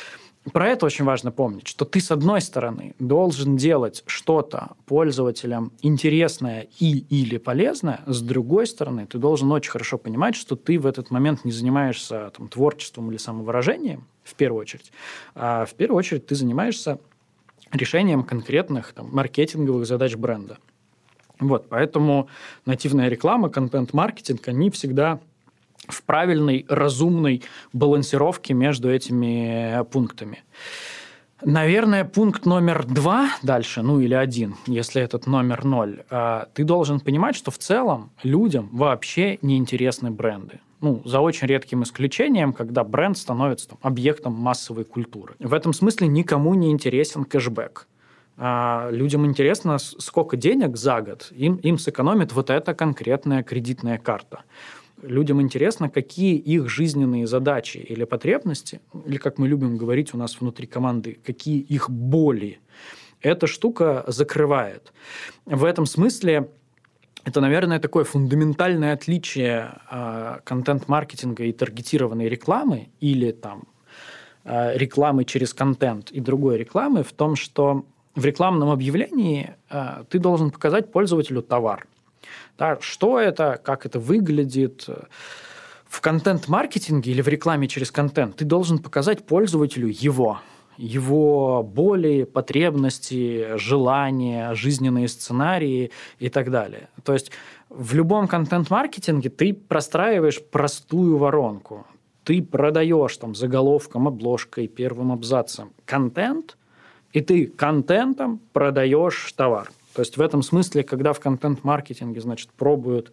Про это очень важно помнить, что ты, с одной стороны, должен делать что-то пользователям интересное и или полезное, с другой стороны, ты должен очень хорошо понимать, что ты в этот момент не занимаешься там, творчеством или самовыражением, в первую очередь, а в первую очередь ты занимаешься решением конкретных там, маркетинговых задач бренда. Вот, поэтому нативная реклама, контент-маркетинг, они всегда в правильной, разумной балансировке между этими пунктами. Наверное, пункт номер два дальше, ну или один, если этот номер ноль, ты должен понимать, что в целом людям вообще не интересны бренды. Ну, за очень редким исключением, когда бренд становится там, объектом массовой культуры. В этом смысле никому не интересен кэшбэк. Людям интересно, сколько денег за год им, им сэкономит вот эта конкретная кредитная карта. Людям интересно, какие их жизненные задачи или потребности, или, как мы любим говорить у нас внутри команды, какие их боли эта штука закрывает. В этом смысле это, наверное, такое фундаментальное отличие э, контент-маркетинга и таргетированной рекламы или там, э, рекламы через контент и другой рекламы в том, что в рекламном объявлении э, ты должен показать пользователю товар. Да, что это, как это выглядит. В контент-маркетинге или в рекламе через контент ты должен показать пользователю его, его боли, потребности, желания, жизненные сценарии и так далее. То есть в любом контент-маркетинге ты простраиваешь простую воронку. Ты продаешь там, заголовком, обложкой, первым абзацем контент, и ты контентом продаешь товар. То есть в этом смысле, когда в контент-маркетинге, значит, пробуют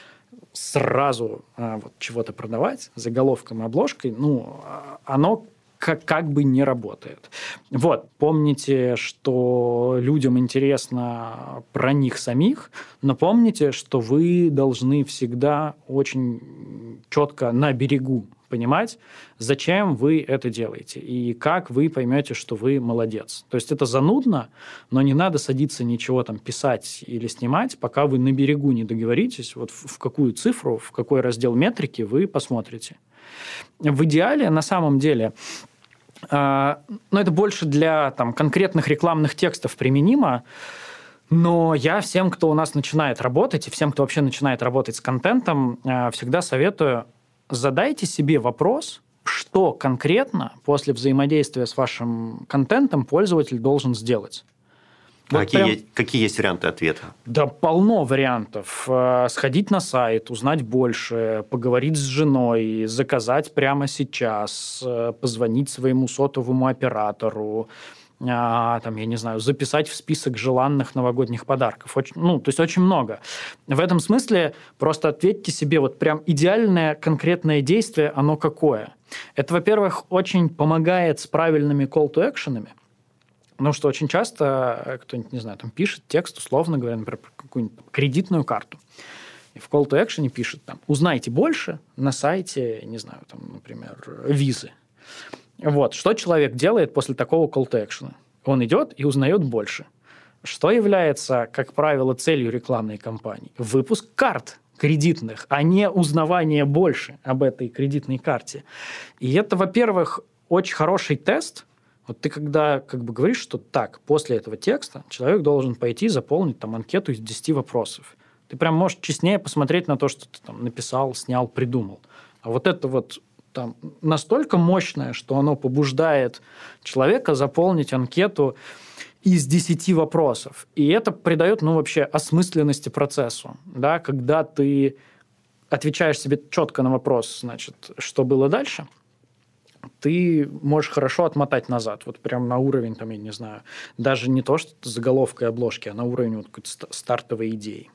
сразу а, вот, чего-то продавать заголовком и обложкой, ну, оно как, как бы не работает. Вот, помните, что людям интересно про них самих, но помните, что вы должны всегда очень четко на берегу понимать, зачем вы это делаете и как вы поймете, что вы молодец. То есть это занудно, но не надо садиться ничего там писать или снимать, пока вы на берегу не договоритесь, вот в какую цифру, в какой раздел метрики вы посмотрите. В идеале, на самом деле, э, ну, это больше для там, конкретных рекламных текстов применимо, но я всем, кто у нас начинает работать, и всем, кто вообще начинает работать с контентом, э, всегда советую: задайте себе вопрос, что конкретно после взаимодействия с вашим контентом пользователь должен сделать. Вот какие, прям... есть, какие есть варианты ответа? Да полно вариантов. Сходить на сайт, узнать больше, поговорить с женой, заказать прямо сейчас, позвонить своему сотовому оператору, там, я не знаю, записать в список желанных новогодних подарков. Очень, ну, то есть очень много. В этом смысле просто ответьте себе, вот прям идеальное конкретное действие, оно какое? Это, во-первых, очень помогает с правильными call-to-action'ами, потому что очень часто кто-нибудь, не знаю, там пишет текст, условно говоря, например, про какую-нибудь кредитную карту. И в call-to-action пишет там: узнайте больше на сайте, не знаю, там, например, визы. Вот. Что человек делает после такого call-to-action? Он идет и узнает больше. Что является, как правило, целью рекламной кампании? Выпуск карт кредитных, а не узнавание больше об этой кредитной карте. И это, во-первых, очень хороший тест. Вот ты когда как бы говоришь, что так, после этого текста человек должен пойти заполнить там анкету из десяти вопросов. Ты прям можешь честнее посмотреть на то, что ты там написал, снял, придумал. А вот это вот там, настолько мощное, что оно побуждает человека заполнить анкету из десяти вопросов. И это придает, ну, вообще осмысленности процессу. Да? Когда ты отвечаешь себе четко на вопрос, значит, что было дальше, ты можешь хорошо отмотать назад. Вот прям на уровень, там, я не знаю, даже не то, что заголовка и обложки, а на уровень вот какой-то стартовой идеи.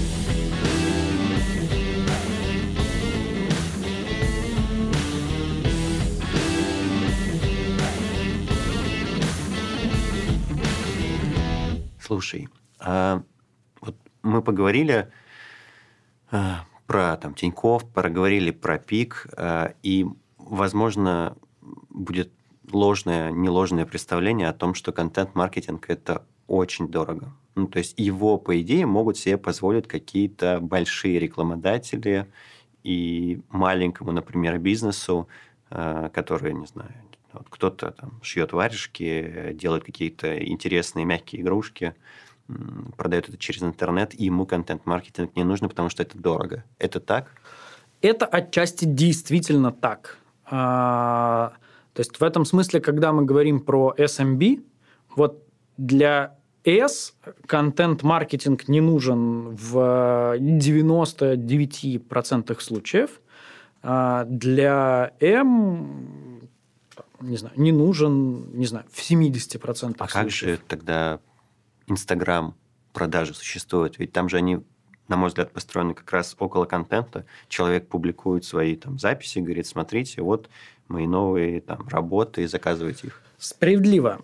Слушай, а вот мы поговорили а, про там, Тинькофф, проговорили про ПИК, а, и, возможно, будет ложное, не ложное представление о том, что контент-маркетинг – это очень дорого. Ну, то есть его, по идее, могут себе позволить какие-то большие рекламодатели и маленькому, например, бизнесу, а, который, не знаю, вот кто-то там шьет варежки, делает какие-то интересные мягкие игрушки, продает это через интернет, и ему контент-маркетинг не нужно, потому что это дорого. Это так? Это отчасти действительно так. А, то есть в этом смысле, когда мы говорим про эс эм би, вот для S контент-маркетинг не нужен в девяноста девяти процентах случаев. А для M... не знаю, не нужен, не знаю, в семидесяти процентах а случаев. А как же тогда Инстаграм продажи существуют? Ведь там же они, на мой взгляд, построены как раз около контента. Человек публикует свои там записи, говорит, смотрите, вот мои новые там работы, заказывайте их. Справедливо.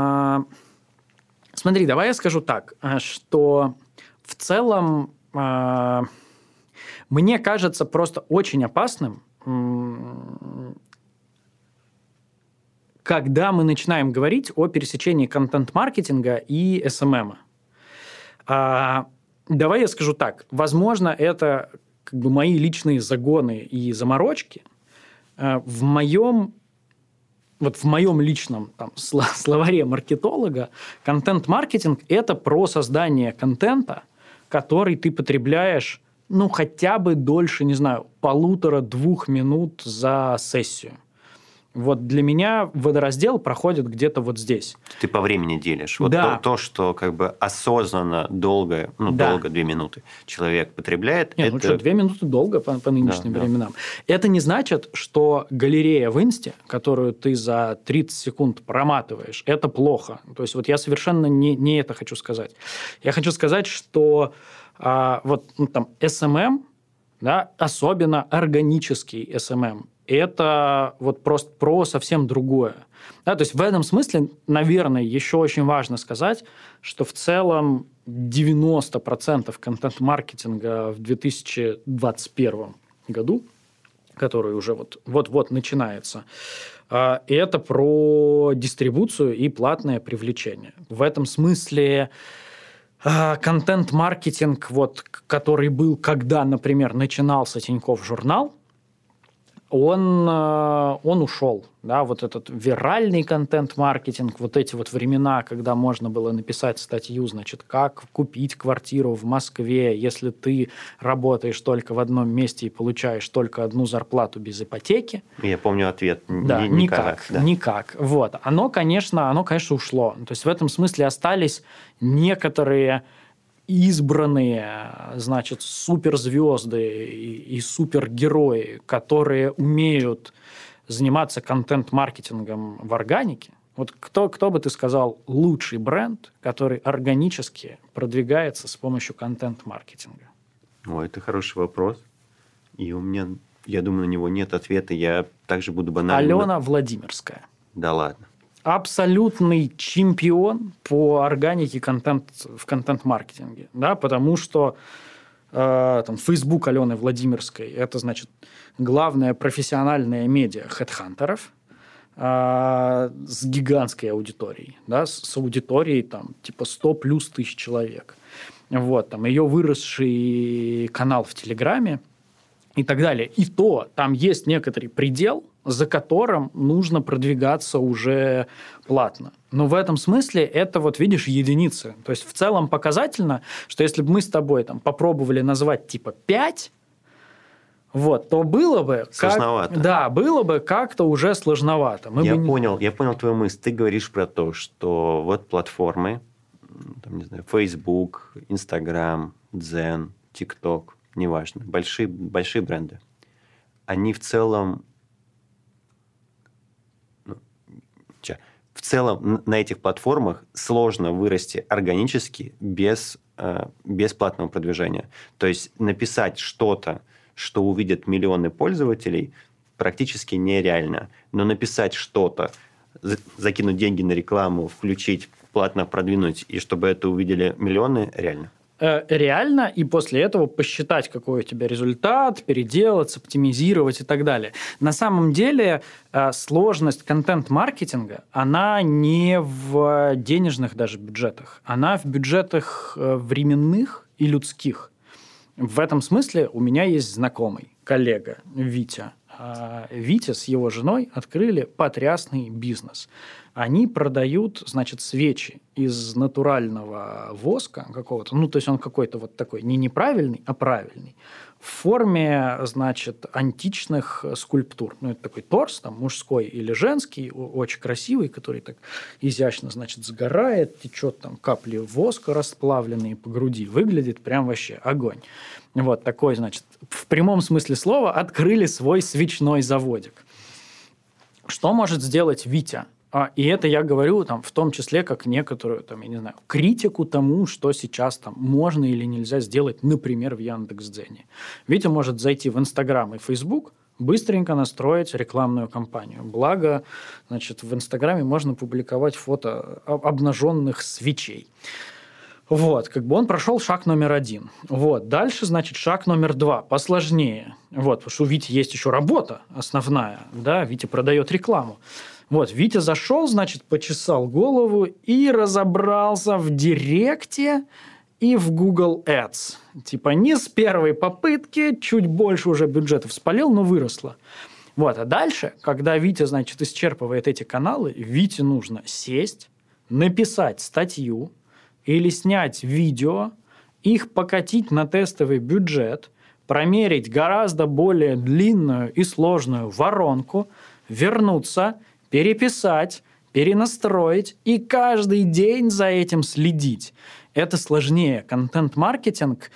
Смотри, давай я скажу так, что в целом мне кажется просто очень опасным, когда мы начинаем говорить о пересечении контент-маркетинга и эс эм эм. А, давай я скажу так. Возможно, это как бы мои личные загоны и заморочки. А, в моем, вот в моем личном там, словаре маркетолога контент-маркетинг – это про создание контента, который ты потребляешь, ну, хотя бы дольше, не знаю, полутора-двух минут за сессию. Вот для меня водораздел проходит где-то вот здесь. Ты по времени делишь. Вот да. то, то, что как бы осознанно долго, ну, да. долго, две минуты человек потребляет. Нет, это... ну что, две минуты долго по, по нынешним да, временам. Да. Это не значит, что галерея в Инсте, которую ты за тридцать секунд проматываешь, это плохо. То есть вот я совершенно не, не это хочу сказать. Я хочу сказать, что а, вот ну, там эс эм эм, да, особенно органический эс эм эм, это вот просто про совсем другое. Да, то есть в этом смысле, наверное, еще очень важно сказать, что в целом девяносто процентов контент-маркетинга в две тысячи двадцать первом году, который уже вот, вот-вот начинается, это про дистрибуцию и платное привлечение. В этом смысле контент-маркетинг, вот, который был, когда, например, начинался Тинькофф журнал, он, он ушел. Да? Вот этот виральный контент-маркетинг, вот эти вот времена, когда можно было написать статью, значит, как купить квартиру в Москве, если ты работаешь только в одном месте и получаешь только одну зарплату без ипотеки. Я помню ответ. Да, Н- никак. никак. Да. Никак. Вот. Оно, конечно, оно, конечно, ушло. То есть в этом смысле остались некоторые избранные, значит, суперзвезды и, и супергерои, которые умеют заниматься контент-маркетингом в органике. Вот кто, кто бы ты сказал лучший бренд, который органически продвигается с помощью контент-маркетинга? О, это хороший вопрос. И у меня, я думаю, на него нет ответа. Я также буду банально... Алена Владимирская. Да ладно. Абсолютный чемпион по органике контент, в контент-маркетинге. Да, потому что э, там, Facebook Алены Владимирской – это, значит, главная профессиональная медиа хедхантеров э, с гигантской аудиторией. Да, с, с аудиторией там, типа сто плюс тысяч человек. Вот, там, ее выросший канал в Телеграме и так далее. И то там есть некоторый предел, за которым нужно продвигаться уже платно. Но в этом смысле это, вот видишь, единицы. То есть в целом показательно, что если бы мы с тобой там, попробовали назвать типа пять вот, то было бы... Сложновато. Как, да, было бы как-то уже сложновато. Мы я, бы понял, не... я понял твою мысль. Ты говоришь про то, что вот платформы, там, не знаю, Facebook, Instagram, Дзен, TikTok, неважно, большие, большие бренды, они в целом... Ну, че, в целом на этих платформах сложно вырасти органически без, э, без платного продвижения. То есть написать что-то, что увидят миллионы пользователей, практически нереально. Но написать что-то, закинуть деньги на рекламу, включить, платно продвинуть, и чтобы это увидели миллионы, реально. Реально, и после этого посчитать, какой у тебя результат, переделать, оптимизировать и так далее. На самом деле сложность контент-маркетинга, она не в денежных даже бюджетах, она в бюджетах временных и людских. В этом смысле у меня есть знакомый, коллега Витя. Витя с его женой открыли потрясный бизнес. Они продают, значит, свечи из натурального воска какого-то, ну, то есть он какой-то вот такой, не неправильный, а правильный, в форме, значит, античных скульптур. Ну, это такой торс, там, мужской или женский, очень красивый, который так изящно, значит, сгорает, течет там капли воска расплавленные по груди. Выглядит прям вообще огонь. Вот такой, значит, в прямом смысле слова открыли свой свечной заводик. Что может сделать Витя? И это я говорю там, в том числе как некоторую, там, я не знаю, критику тому, что сейчас там можно или нельзя сделать, например, в Яндекс.Дзене. Витя может зайти в Инстаграм и Фейсбук, быстренько настроить рекламную кампанию. Благо, значит, в Инстаграме можно публиковать фото обнаженных свечей. Вот, как бы он прошел шаг номер один. Вот, дальше, значит, шаг номер два, посложнее. Вот, потому что у Вити есть еще работа основная, да, Витя продает рекламу. Вот, Витя зашел, значит, почесал голову и разобрался в Директе и в Google Ads. Типа не с первой попытки, чуть больше уже бюджетов спалил, но выросло. Вот, а дальше, когда Витя, значит, исчерпывает эти каналы, Вите нужно сесть, написать статью или снять видео, их покатить на тестовый бюджет, промерить гораздо более длинную и сложную воронку, вернуться, переписать, перенастроить и каждый день за этим следить. Это сложнее. Контент-маркетинг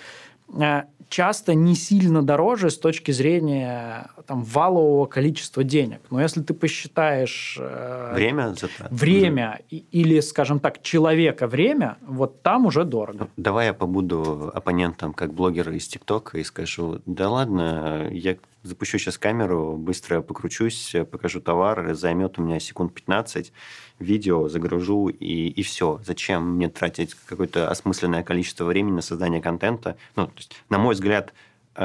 часто не сильно дороже с точки зрения там, валового количества денег. Но если ты посчитаешь... Время затрат. Время mm. или, скажем так, человека время, вот там уже дорого. Давай я побуду оппонентом как блогера из ТикТока и скажу, да ладно, я запущу сейчас камеру, быстро покручусь, покажу товар, займет у меня секунд пятнадцать, видео загружу и, и все. Зачем мне тратить какое-то осмысленное количество времени на создание контента? Ну, то есть, на мой взгляд,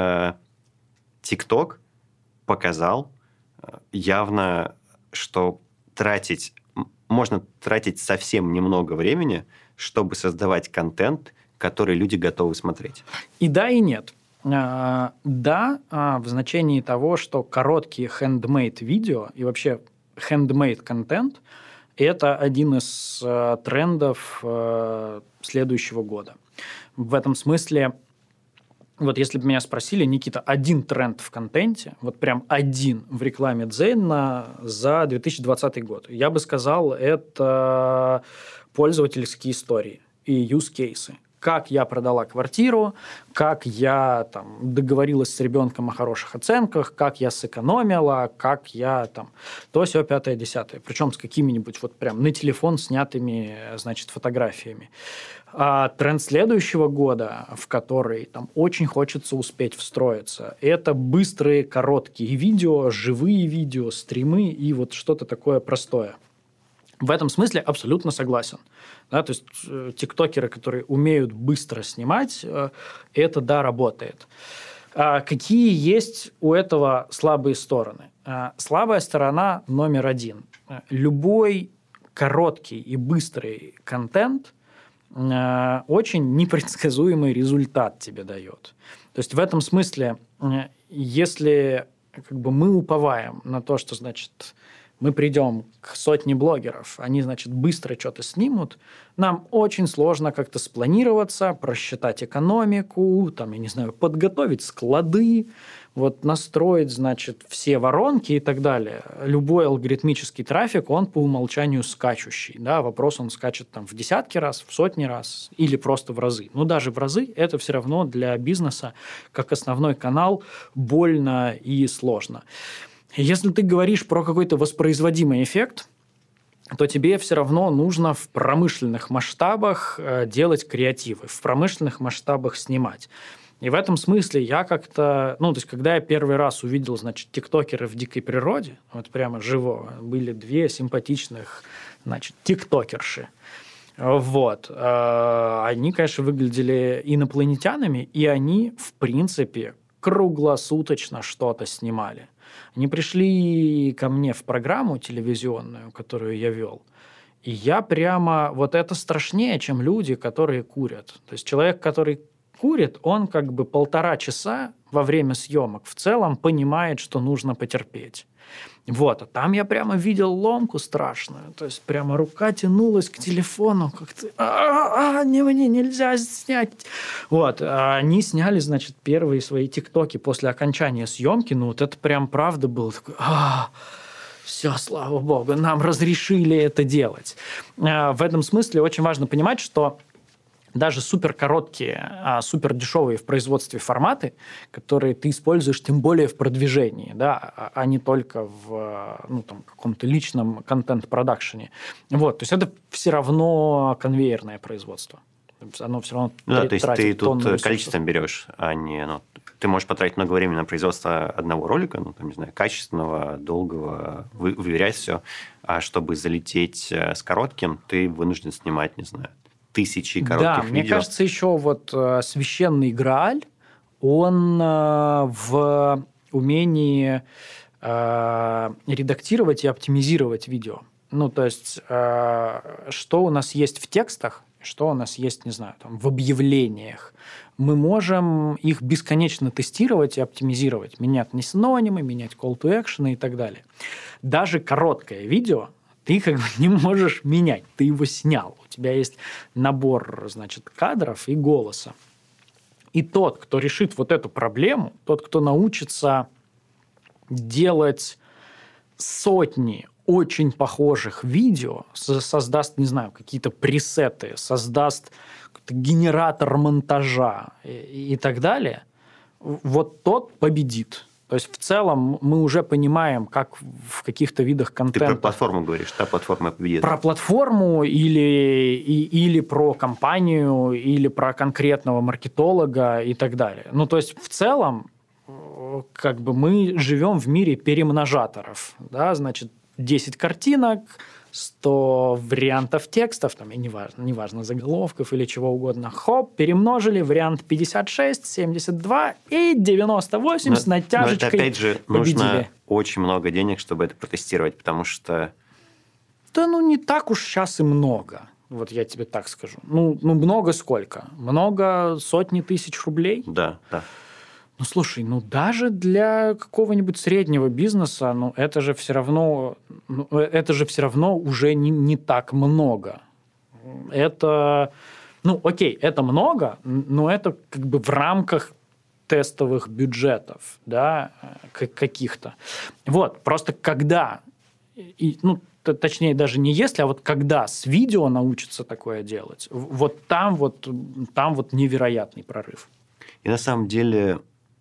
ТикТок показал явно, что тратить, можно тратить совсем немного времени, чтобы создавать контент, который люди готовы смотреть. И да, и нет. Да, в значении того, что короткие handmade видео и вообще handmade контент – это один из трендов следующего года. В этом смысле, вот если бы меня спросили, Никита, один тренд в контенте, вот прям один в рекламе Дзена за две тысячи двадцатый год, я бы сказал, это пользовательские истории и use cases. Как я продала квартиру, как я там, договорилась с ребенком о хороших оценках, как я сэкономила, как я там то, сё, пятое, десятое. Причем с какими-нибудь вот прям на телефон снятыми, значит, фотографиями. А тренд следующего года, в который там очень хочется успеть встроиться, это быстрые короткие видео, живые видео, стримы и вот что-то такое простое. В этом смысле абсолютно согласен. Да, то есть э, тиктокеры, которые умеют быстро снимать, э, это, да, работает. А какие есть у этого слабые стороны? А, слабая сторона номер один. Любой короткий и быстрый контент э, очень непредсказуемый результат тебе дает. То есть в этом смысле, э, если как бы, мы уповаем на то, что, значит, мы придем к сотне блогеров, они, значит, быстро что-то снимут, нам очень сложно как-то спланироваться, просчитать экономику, там, я не знаю, подготовить склады, вот настроить, значит, все воронки и так далее. Любой алгоритмический трафик, он по умолчанию скачущий. Да? Вопрос, он скачет там в десятки раз, в сотни раз или просто в разы. Но даже в разы это все равно для бизнеса, как основной канал, больно и сложно. Если ты говоришь про какой-то воспроизводимый эффект, то тебе все равно нужно в промышленных масштабах делать креативы, в промышленных масштабах снимать. И в этом смысле я как-то... Ну, то есть, когда я первый раз увидел, значит, тиктокеры в дикой природе, вот прямо живого, были две симпатичных, значит, тиктокерши. Вот. Они, конечно, выглядели инопланетянами, и они, в принципе, круглосуточно что-то снимали. Они пришли ко мне в программу телевизионную, которую я вел, и я прямо... Вот это страшнее, чем люди, которые курят. То есть, человек, который курит, он как бы полтора часа во время съемок в целом понимает, что нужно потерпеть. Вот, а там я прямо видел ломку страшную, то есть прямо рука тянулась к телефону, как-то, а, не, мне нельзя снять. Вот, а они сняли, значит, первые свои тиктоки после окончания съемки, ну вот это прям правда было такое, а, все, слава богу, нам разрешили это делать. В этом смысле очень важно понимать, что даже суперкороткие, супердешевые в производстве форматы, которые ты используешь тем более в продвижении, да, а не только в ну, там, каком-то личном контент-продакшене. Вот, то есть это все равно конвейерное производство. Оно все равно ну, да, то есть ты тут ресурсов. Количеством берешь, а не... Ну, ты можешь потратить много времени на производство одного ролика, ну, там, не знаю, качественного, долгого, вы, выверять все, а чтобы залететь с коротким, ты вынужден снимать, не знаю, тысячи коротких да, видео. Мне кажется, еще вот э, священный Грааль, он э, в умении э, редактировать и оптимизировать видео. Ну, то есть, э, что у нас есть в текстах, что у нас есть, не знаю, там, в объявлениях. Мы можем их бесконечно тестировать и оптимизировать. Менять не синонимы, менять call to action и так далее. Даже короткое видео ты как бы не можешь менять, ты его снял. У тебя есть набор, значит, кадров и голоса. И тот, кто решит вот эту проблему, тот, кто научится делать сотни очень похожих видео, создаст, не знаю, какие-то пресеты, создаст генератор монтажа и, и так далее, вот тот победит. То есть, в целом, мы уже понимаем, как в каких-то видах контента... Ты про платформу говоришь, да? Платформа победит. Про платформу или, и, или про компанию, или про конкретного маркетолога и так далее. Ну, то есть, в целом, как бы мы живем в мире перемножаторов. Да? Значит, десять картинок, сто вариантов текстов, там, и неважно, неважно, заголовков или чего угодно. Хоп, перемножили, вариант пятьдесят шесть, семьдесят два и девяносто восемь но, с натяжечкой. Но это, опять же, победили. Нужно очень много денег, чтобы это протестировать, потому что... Да ну не так уж сейчас и много. Вот я тебе так скажу. Ну, ну много сколько? Много сотни тысяч рублей? Да, да. Ну, слушай, ну даже для какого-нибудь среднего бизнеса, ну это же все равно, ну, это же все равно уже не, не так много. Это, ну, окей, это много, но это как бы в рамках тестовых бюджетов, да, каких-то. Вот, просто когда, и, ну, точнее, даже не если, а вот когда с видео научатся такое делать, вот там вот, там вот невероятный прорыв. И на самом деле...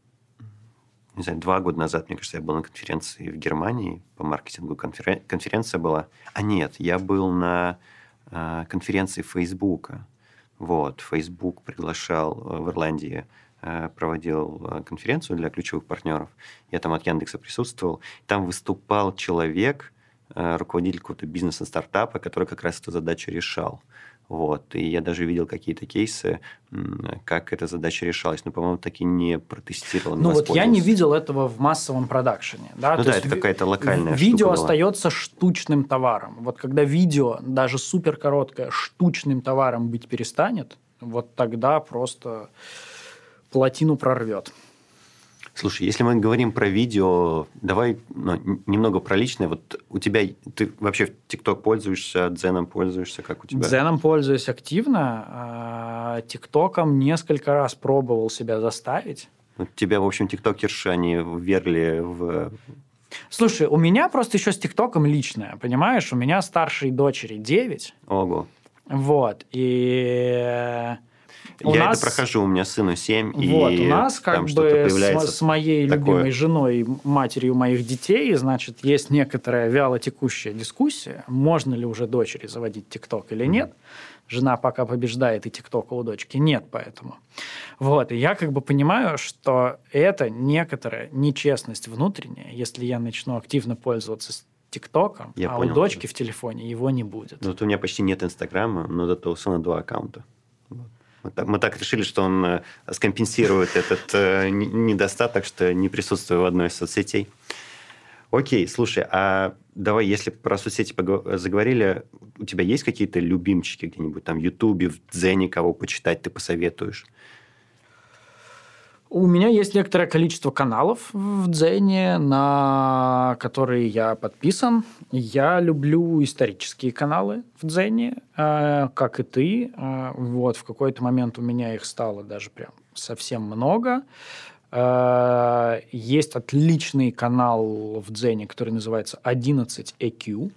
Не знаю, два года назад, мне кажется, я был на конференции в Германии по маркетингу. Конферен... Конференция была... А нет, я был на э, конференции Фейсбука. Вот, Фейсбук приглашал в Ирландии, э, проводил конференцию для ключевых партнеров. Я там от Яндекса присутствовал. Там выступал человек, э, руководитель какого-то бизнеса, стартапа, который как раз эту задачу решал. Вот. И я даже видел какие-то кейсы, как эта задача решалась. Но, по-моему, таки не протестировал. Ну, вот я не видел этого в массовом продакшене. Да? Ну, То да, это какая-то локальная штука. Видео была. Остается штучным товаром. Вот когда видео, даже суперкороткое, штучным товаром быть перестанет, вот тогда просто плотину прорвет. Слушай, если мы говорим про видео, давай ну, немного про личное. Вот у тебя, ты вообще в ТикТок пользуешься, Дзеном пользуешься, как у тебя? Дзеном пользуюсь активно, ТикТоком несколько раз пробовал себя заставить. Вот тебя, в общем, тиктокерши, они ввергли в... Слушай, у меня просто еще с ТикТоком личное, понимаешь? У меня старшей дочери девять. Ого. Вот, и... У Я нас... это прохожу, у меня сыну семь, вот, и у нас как там бы что-то появляется с, с моей такое. любимой женой, матерью моих детей, значит, есть некоторая вялотекущая дискуссия, можно ли уже дочери заводить ТикТок или нет. Mm-hmm. Жена пока побеждает, и ТикТока у дочки нет, поэтому. Вот, и я как бы понимаю, что это некоторая нечестность внутренняя, если я начну активно пользоваться ТикТоком, а понял, у дочки да. в телефоне его не будет. Ну, вот у меня почти нет Инстаграма, но зато у сына два аккаунта. Мы так решили, что он скомпенсирует этот э, недостаток, что не присутствует в одной из соцсетей. Окей, слушай, а давай, если про соцсети поговор- заговорили, у тебя есть какие-то любимчики где-нибудь там в Ютубе, в Дзене, кого почитать ты посоветуешь? У меня есть некоторое количество каналов в Дзене, на которые я подписан. Я люблю исторические каналы в Дзене, как и ты. Вот, в какой-то момент у меня их стало даже прям совсем много. Есть отличный канал в Дзене, который называется одиннадцать и кью.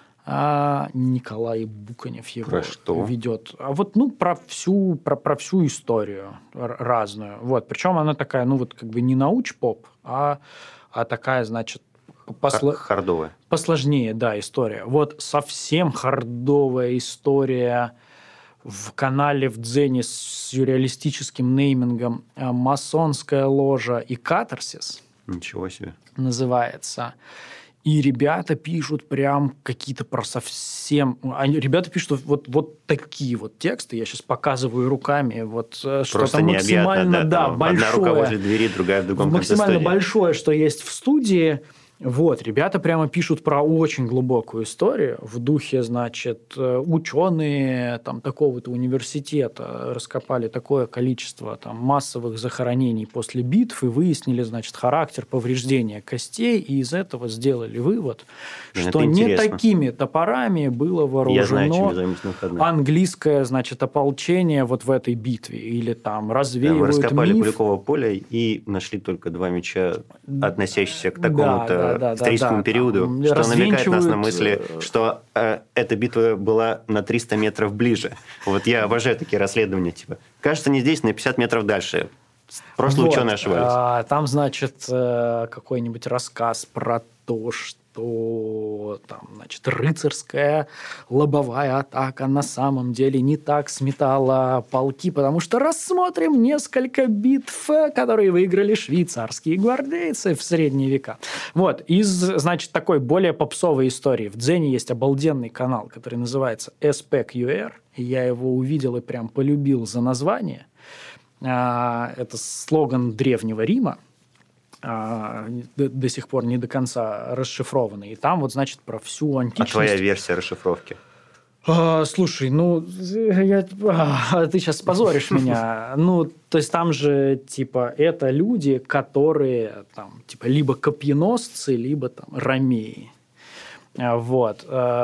А Николай Буканев его про что? ведет. А вот, ну, про всю, про, про всю историю разную. Вот. Причем она такая, ну, вот как бы не науч-поп, а, а такая, значит, посл... хардовая. Посложнее, да, история. Вот совсем хардовая история в канале в Дзене с сюрреалистическим неймингом «Масонская ложа и катарсис». Ничего себе. Называется. И ребята пишут прям какие-то про совсем... Они, ребята пишут вот, вот такие вот тексты. Я сейчас показываю руками. Вот, что там максимально да, да, большое. Одна рука возле двери, другая в другом конце максимально студии. Большое, что есть в студии. Вот, ребята прямо пишут про очень глубокую историю в духе, значит, ученые там такого-то университета раскопали такое количество там массовых захоронений после битв и выяснили, значит, характер повреждения костей, и из этого сделали вывод, Это что интересно. не такими топорами было вооружено знаю, английское, значит, ополчение вот в этой битве, или там развеивают да, мы раскопали миф. Куликово поле и нашли только два меча, относящиеся к Да, такому-то да, историческому да, периоду, там что намекает нас на развенчивают- мысли, что э, эта битва была на триста метров ближе. Вот я обожаю такие расследования, типа, кажется, не здесь, на пятьдесят метров дальше. Прошлые Вот, ученые ошибались. а, Там, значит, э, какой-нибудь рассказ про то, что там, значит, рыцарская лобовая атака на самом деле не так сметала полки, потому что рассмотрим несколько битв, которые выиграли швейцарские гвардейцы в средние века. Вот, из, значит, такой более попсовой истории. В Дзене есть обалденный канал, который называется эс пи кью ар. Я его увидел и прям полюбил за название. Это слоган Древнего Рима, до, до сих пор не до конца расшифрованный. И там вот, значит, про всю античность... А твоя версия расшифровки? А, слушай, ну, я, а, ты сейчас позоришь меня. Ну, то есть там же, типа, это люди, которые, там, типа, либо копьеносцы, либо, там, ромеи. Вот.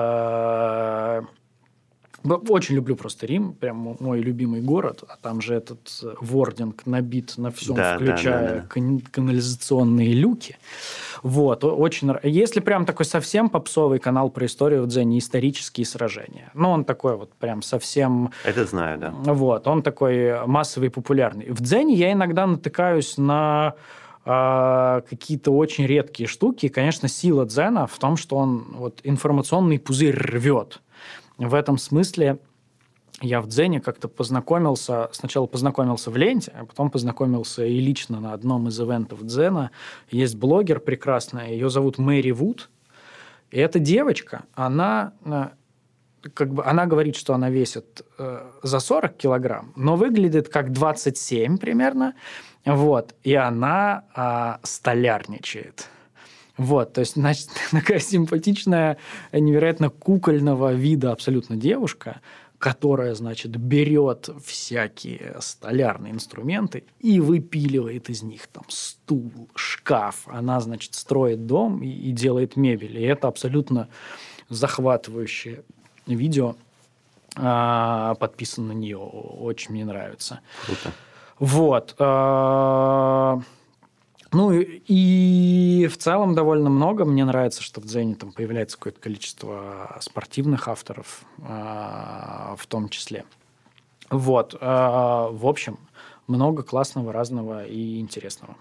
Очень люблю просто Рим, прям мой любимый город, а там же этот вординг набит на всем, да, включая да, да, да. кан- канализационные люки. Вот, очень... Если прям такой совсем попсовый канал про историю в Дзене, исторические сражения. Ну, он такой вот прям совсем... Это знаю, да. Вот, он такой массовый, популярный. В Дзене я иногда натыкаюсь на э, какие-то очень редкие штуки. И, конечно, сила Дзена в том, что он вот информационный пузырь рвет. В этом смысле я в Дзене как-то познакомился, сначала познакомился в ленте, а потом познакомился и лично на одном из ивентов Дзена. Есть блогер прекрасная, ее зовут Мэри Вуд. И эта девочка, она, как бы, она говорит, что она весит за сорок килограмм, но выглядит как двадцать семь примерно. Вот, и она а, столярничает. Вот, то есть, значит, такая симпатичная, невероятно кукольного вида абсолютно девушка, которая, значит, берет всякие столярные инструменты и выпиливает из них там стул, шкаф. Она, значит, строит дом и, и делает мебель. И это абсолютно захватывающее видео. А, подписан на нее. Очень мне нравится. Круто. Вот. А, ну и, и в целом довольно много. Мне нравится, что в Дзене там появляется какое-то количество спортивных авторов, а, в том числе. Вот. А, в общем, много классного, разного и интересного.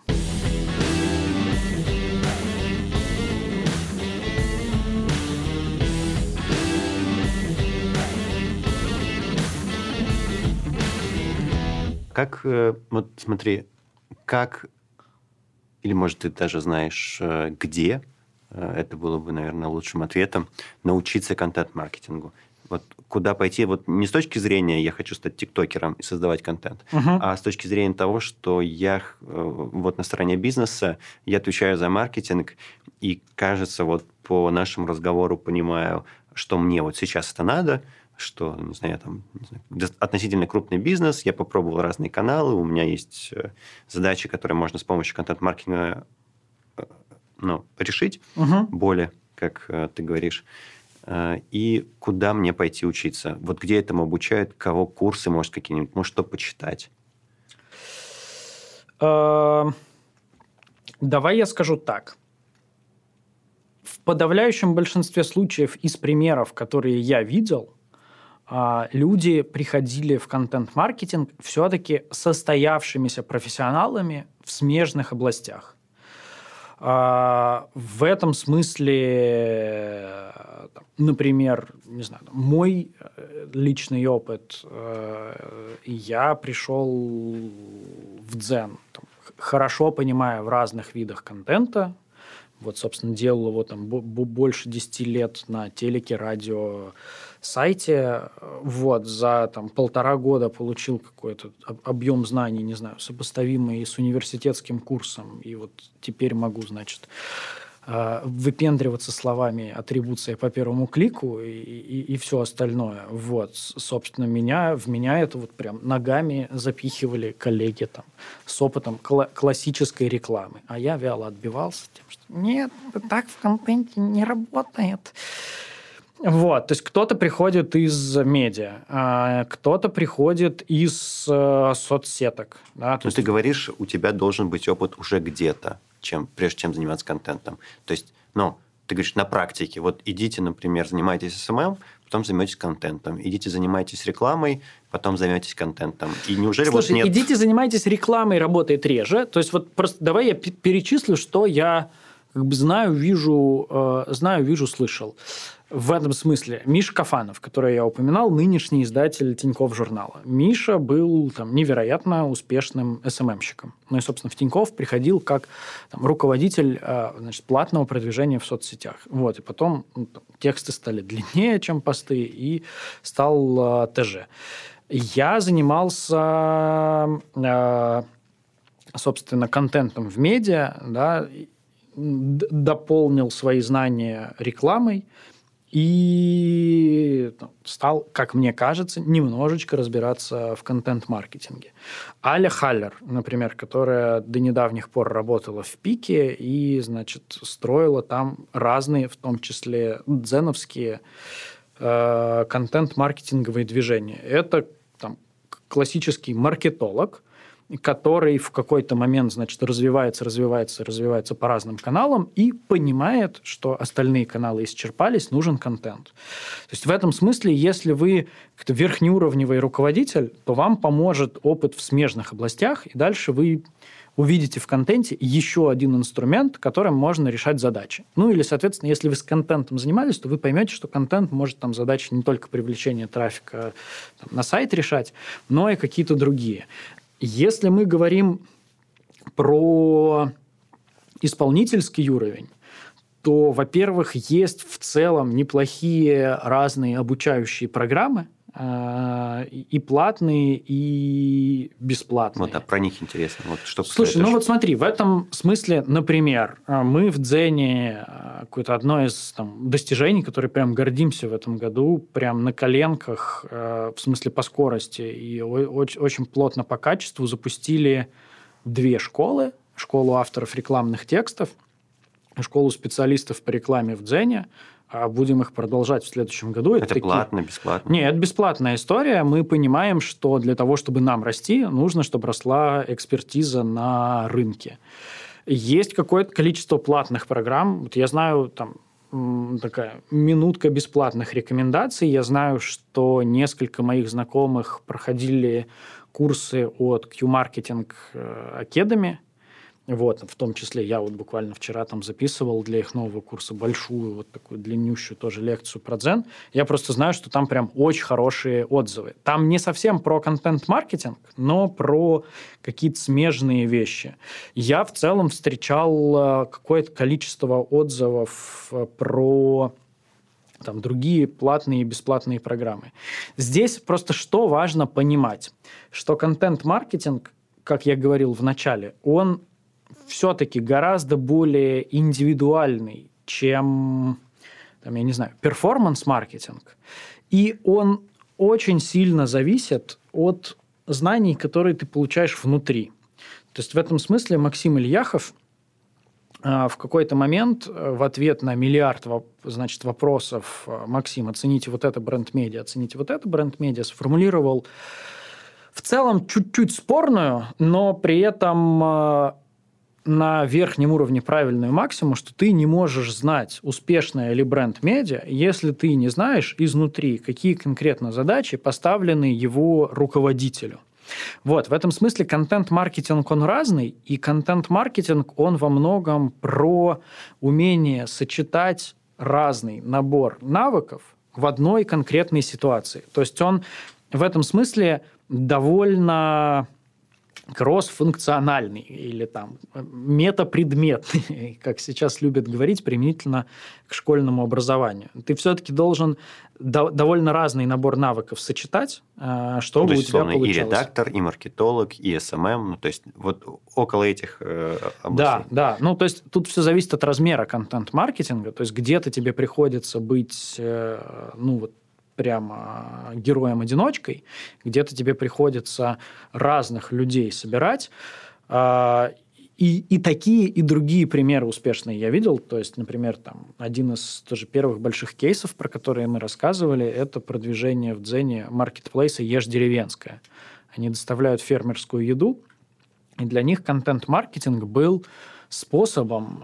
Как, вот смотри, как, или, может, ты даже знаешь, где, это было бы, наверное, лучшим ответом, научиться контент-маркетингу. Вот куда пойти, вот не с точки зрения «я хочу стать тиктокером и создавать контент», uh-huh. а с точки зрения того, что я вот на стороне бизнеса, я отвечаю за маркетинг, и, кажется, вот по нашему разговору понимаю, что мне вот сейчас это надо, что, не знаю, я там не знаю, относительно крупный бизнес, я попробовал разные каналы, у меня есть задачи, которые можно с помощью контент-маркетинга ну, решить, uh-huh. более, как ты говоришь, и куда мне пойти учиться? Вот где этому обучают, кого курсы, может, какие-нибудь, может, что почитать? Давай я скажу так. В подавляющем большинстве случаев из примеров, которые я видел, люди приходили в контент-маркетинг все-таки состоявшимися профессионалами в смежных областях. В этом смысле, например, не знаю, мой личный опыт, я пришел в Дзен, хорошо понимая в разных видах контента. Вот, собственно, делал его там больше десяти лет на телеке, радио, сайте. Вот, за там, полтора года получил какой-то объем знаний, не знаю, сопоставимый с университетским курсом. И вот теперь могу, значит, выпендриваться словами атрибуция по первому клику и, и, и все остальное. Вот, собственно, меня, в меня это вот прям ногами запихивали коллеги там с опытом кла- классической рекламы. А я вяло отбивался тем, что нет, так в контенте не работает. Вот, то есть кто-то приходит из медиа, кто-то приходит из э, соцсеток. Да, то есть ты говоришь, у тебя должен быть опыт уже где-то, чем, прежде чем заниматься контентом. То есть, ну, ты говоришь, на практике. Вот идите, например, занимайтесь эс эм эм, потом займётесь контентом. Идите, занимайтесь рекламой, потом займётесь контентом. И неужели Слушай, вот нет... идите, занимайтесь рекламой, работает реже. То есть вот просто давай я перечислю, что я как бы знаю, вижу, э, знаю, вижу, слышал. В этом смысле Миша Кафанов, который я упоминал, нынешний издатель Тинькофф журнала. Миша был там, невероятно успешным эс эм эм-щиком. Ну и, собственно, в Тинькофф приходил как там, руководитель значит, платного продвижения в соцсетях. Вот. И потом ну, там, тексты стали длиннее, чем посты, и стал ТЖ. Я занимался, собственно, контентом в медиа, да, дополнил свои знания рекламой, и стал, как мне кажется, немножечко разбираться в контент-маркетинге. Аля Халлер, например, которая до недавних пор работала в Пике и, значит, строила там разные, в том числе дзеновские, э, контент-маркетинговые движения. Это там, классический маркетолог, который в какой-то момент, значит, развивается, развивается, развивается по разным каналам и понимает, что остальные каналы исчерпались, нужен контент. То есть в этом смысле, если вы как-то верхнеуровневый руководитель, то вам поможет опыт в смежных областях, и дальше вы увидите в контенте еще один инструмент, которым можно решать задачи. Ну или, соответственно, если вы с контентом занимались, то вы поймете, что контент может там задачи не только привлечения трафика там, на сайт решать, но и какие-то другие. Если мы говорим про исполнительский уровень, то, во-первых, есть в целом неплохие разные обучающие программы, э, и платные, и бесплатные. Вот, а про них интересно. Вот, что Слушай, ну вот смотри, в этом смысле, например, мы в Дзене какое-то одно из там, достижений, которые прям гордимся в этом году, прям на коленках, э, в смысле по скорости и очень, очень плотно по качеству запустили две школы. Школу авторов рекламных текстов, школу специалистов по рекламе в Дзене. Будем их продолжать в следующем году. Это, это такие... платно, бесплатно? Нет, это бесплатная история. Мы понимаем, что для того, чтобы нам расти, нужно, чтобы росла экспертиза на рынке. Есть какое-то количество платных программ. Вот я знаю, там, такая минутка бесплатных рекомендаций. Я знаю, что несколько моих знакомых проходили курсы от Q-Marketing Academy. Вот, в том числе я вот буквально вчера там записывал для их нового курса большую, вот такую длиннющую тоже лекцию про Дзен. Я просто знаю, что там прям очень хорошие отзывы. Там не совсем про контент-маркетинг, но про какие-то смежные вещи. Я в целом встречал какое-то количество отзывов про там, другие платные и бесплатные программы. Здесь просто что важно понимать, что контент-маркетинг, как я говорил в начале, он все-таки гораздо более индивидуальный, чем, там, я не знаю, перформанс-маркетинг. И он очень сильно зависит от знаний, которые ты получаешь внутри. То есть в этом смысле Максим Ильяхов в какой-то момент в ответ на миллиард, значит, вопросов «Максим, оцените вот это бренд-медиа, оцените вот это бренд-медиа», сформулировал в целом чуть-чуть спорную, но при этом на верхнем уровне правильную максимум, что ты не можешь знать, успешное ли бренд-медиа, если ты не знаешь изнутри, какие конкретно задачи поставлены его руководителю. Вот, в этом смысле контент-маркетинг, он разный, и контент-маркетинг, он во многом про умение сочетать разный набор навыков в одной конкретной ситуации. То есть он в этом смысле довольно кроссфункциональный или там метапредметный, как сейчас любят говорить, применительно к школьному образованию. Ты все-таки должен до- довольно разный набор навыков сочетать, чтобы ну, у тебя получалось. И редактор, и маркетолог, и эс эм эм, ну, то есть вот около этих э, областей. Да, да. Ну, то есть тут все зависит от размера контент-маркетинга, то есть где-то тебе приходится быть, э, ну, вот, прямо героем-одиночкой, где-то тебе приходится разных людей собирать. И, и такие, и другие примеры успешные я видел. То есть, например, там, один из тоже первых больших кейсов, про которые мы рассказывали, это продвижение в Дзене маркетплейса «Ешь деревенское». Они доставляют фермерскую еду, и для них контент-маркетинг был способом,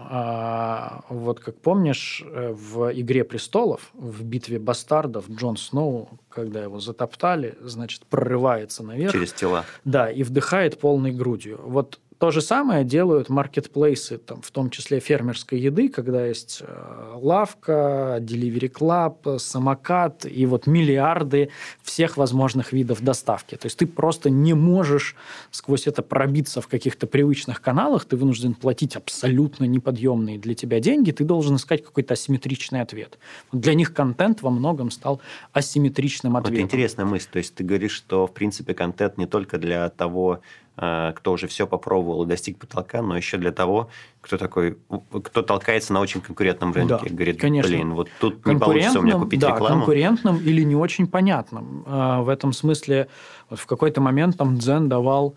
вот как помнишь, в «Игре престолов», в битве бастардов Джон Сноу, когда его затоптали, значит, прорывается наверх. Через тела. Да, и вдыхает полной грудью. Вот то же самое делают маркетплейсы, там, в том числе фермерской еды, когда есть лавка, Delivery Club, самокат и вот миллиарды всех возможных видов доставки. То есть ты просто не можешь сквозь это пробиться в каких-то привычных каналах, ты вынужден платить абсолютно неподъемные для тебя деньги, ты должен искать какой-то асимметричный ответ. Для них контент во многом стал асимметричным ответом. Вот интересная мысль. То есть ты говоришь, что, в принципе, контент не только для того, кто уже все попробовал и достиг потолка, но еще для того, кто такой, кто толкается на очень конкурентном рынке. Да, говорит, конечно. блин, вот тут не получится у меня купить да, рекламу. Конкурентным или не очень понятным. В этом смысле вот в какой-то момент там Дзен давал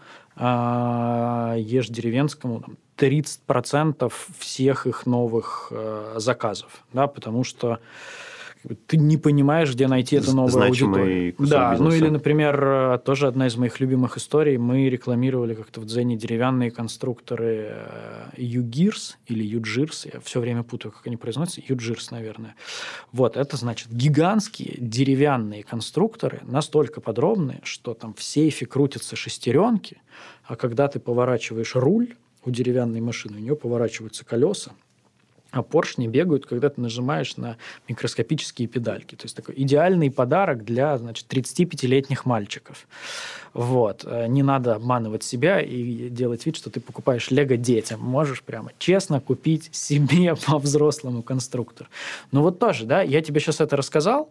«Ешь деревенскому» там, тридцать процентов всех их новых заказов, да, потому что ты не понимаешь, где найти эту новую Значимый аудиторию. Да, бизнеса. ну или, например, тоже одна из моих любимых историй. Мы рекламировали как-то в Дзене деревянные конструкторы Югирс или Юджирс. Я все время путаю, как они произносятся. Юджирс, наверное. Вот, это значит гигантские деревянные конструкторы, настолько подробные, что там в сейфе крутятся шестеренки, а когда ты поворачиваешь руль у деревянной машины, у нее поворачиваются колеса, а поршни бегают, когда ты нажимаешь на микроскопические педальки. То есть такой идеальный подарок для, значит, тридцатипятилетних мальчиков. Вот. Не надо обманывать себя и делать вид, что ты покупаешь лего детям. Можешь прямо честно купить себе по-взрослому конструктор. Ну вот тоже, да, я тебе сейчас это рассказал,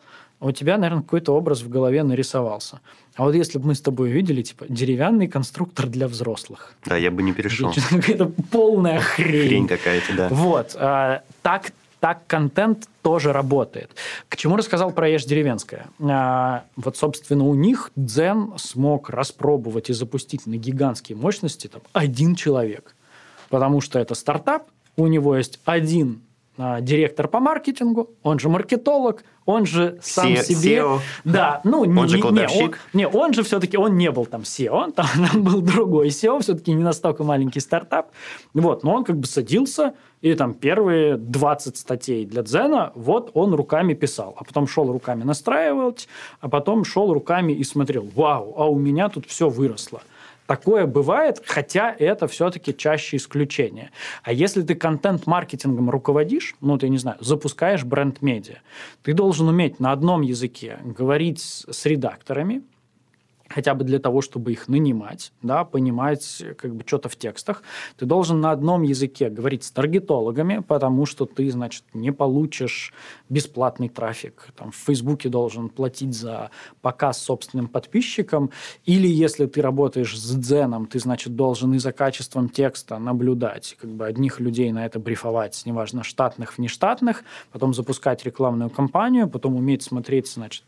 у тебя, наверное, какой-то образ в голове нарисовался. А вот если бы мы с тобой увидели, типа, деревянный конструктор для взрослых. Да, я бы не перешел. Какая-то полная хрень. Хрень какая-то, да. Вот. А, так, так контент тоже работает. К чему рассказал про Ешь деревенское? А, вот, собственно, у них Дзен смог распробовать и запустить на гигантские мощности там, один человек. Потому что это стартап, у него есть один а, директор по маркетингу, он же маркетолог, он же сам Се- себе... сео. Да, ну, не, Он же не, кладовщик. он, не, он же все-таки, он не был там сео, он там, там был другой сео, все-таки не настолько маленький стартап. Вот, но он как бы садился, и там первые двадцать статей для Дзена, вот он руками писал, а потом шел руками настраивать, а потом шел руками и смотрел, вау, а у меня тут все выросло. Такое бывает, хотя это все-таки чаще исключение. А если ты контент-маркетингом руководишь, ну, ты, не знаю, запускаешь бренд-медиа, ты должен уметь на одном языке говорить с редакторами, хотя бы для того, чтобы их нанимать, да, понимать как бы что-то в текстах. Ты должен на одном языке говорить с таргетологами, потому что ты, значит, не получишь бесплатный трафик. Там, в Фейсбуке должен платить за показ собственным подписчикам. Или если ты работаешь с Дзеном, ты, значит, должен и за качеством текста наблюдать, как бы одних людей на это брифовать, неважно, штатных, внештатных, потом запускать рекламную кампанию, потом уметь смотреть, значит,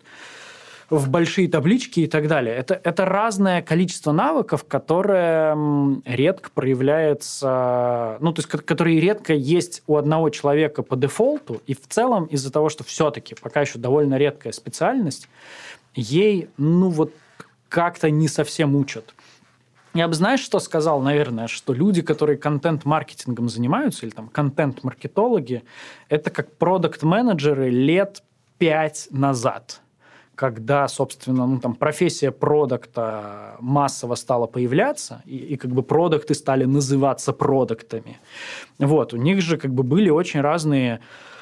в большие таблички и так далее. Это, это разное количество навыков, которое редко проявляется, ну, то есть, которые редко есть у одного человека по дефолту, и в целом из-за того, что все-таки пока еще довольно редкая специальность, ей, ну, вот как-то не совсем учат. Я бы, знаешь, что сказал, наверное, что люди, которые контент-маркетингом занимаются, или там контент-маркетологи, это как продакт-менеджеры лет пять назад, когда, собственно, ну, там, профессия продакта массово стала появляться, и, и как бы продакты стали называться продактами. Вот, у них же как бы были очень разные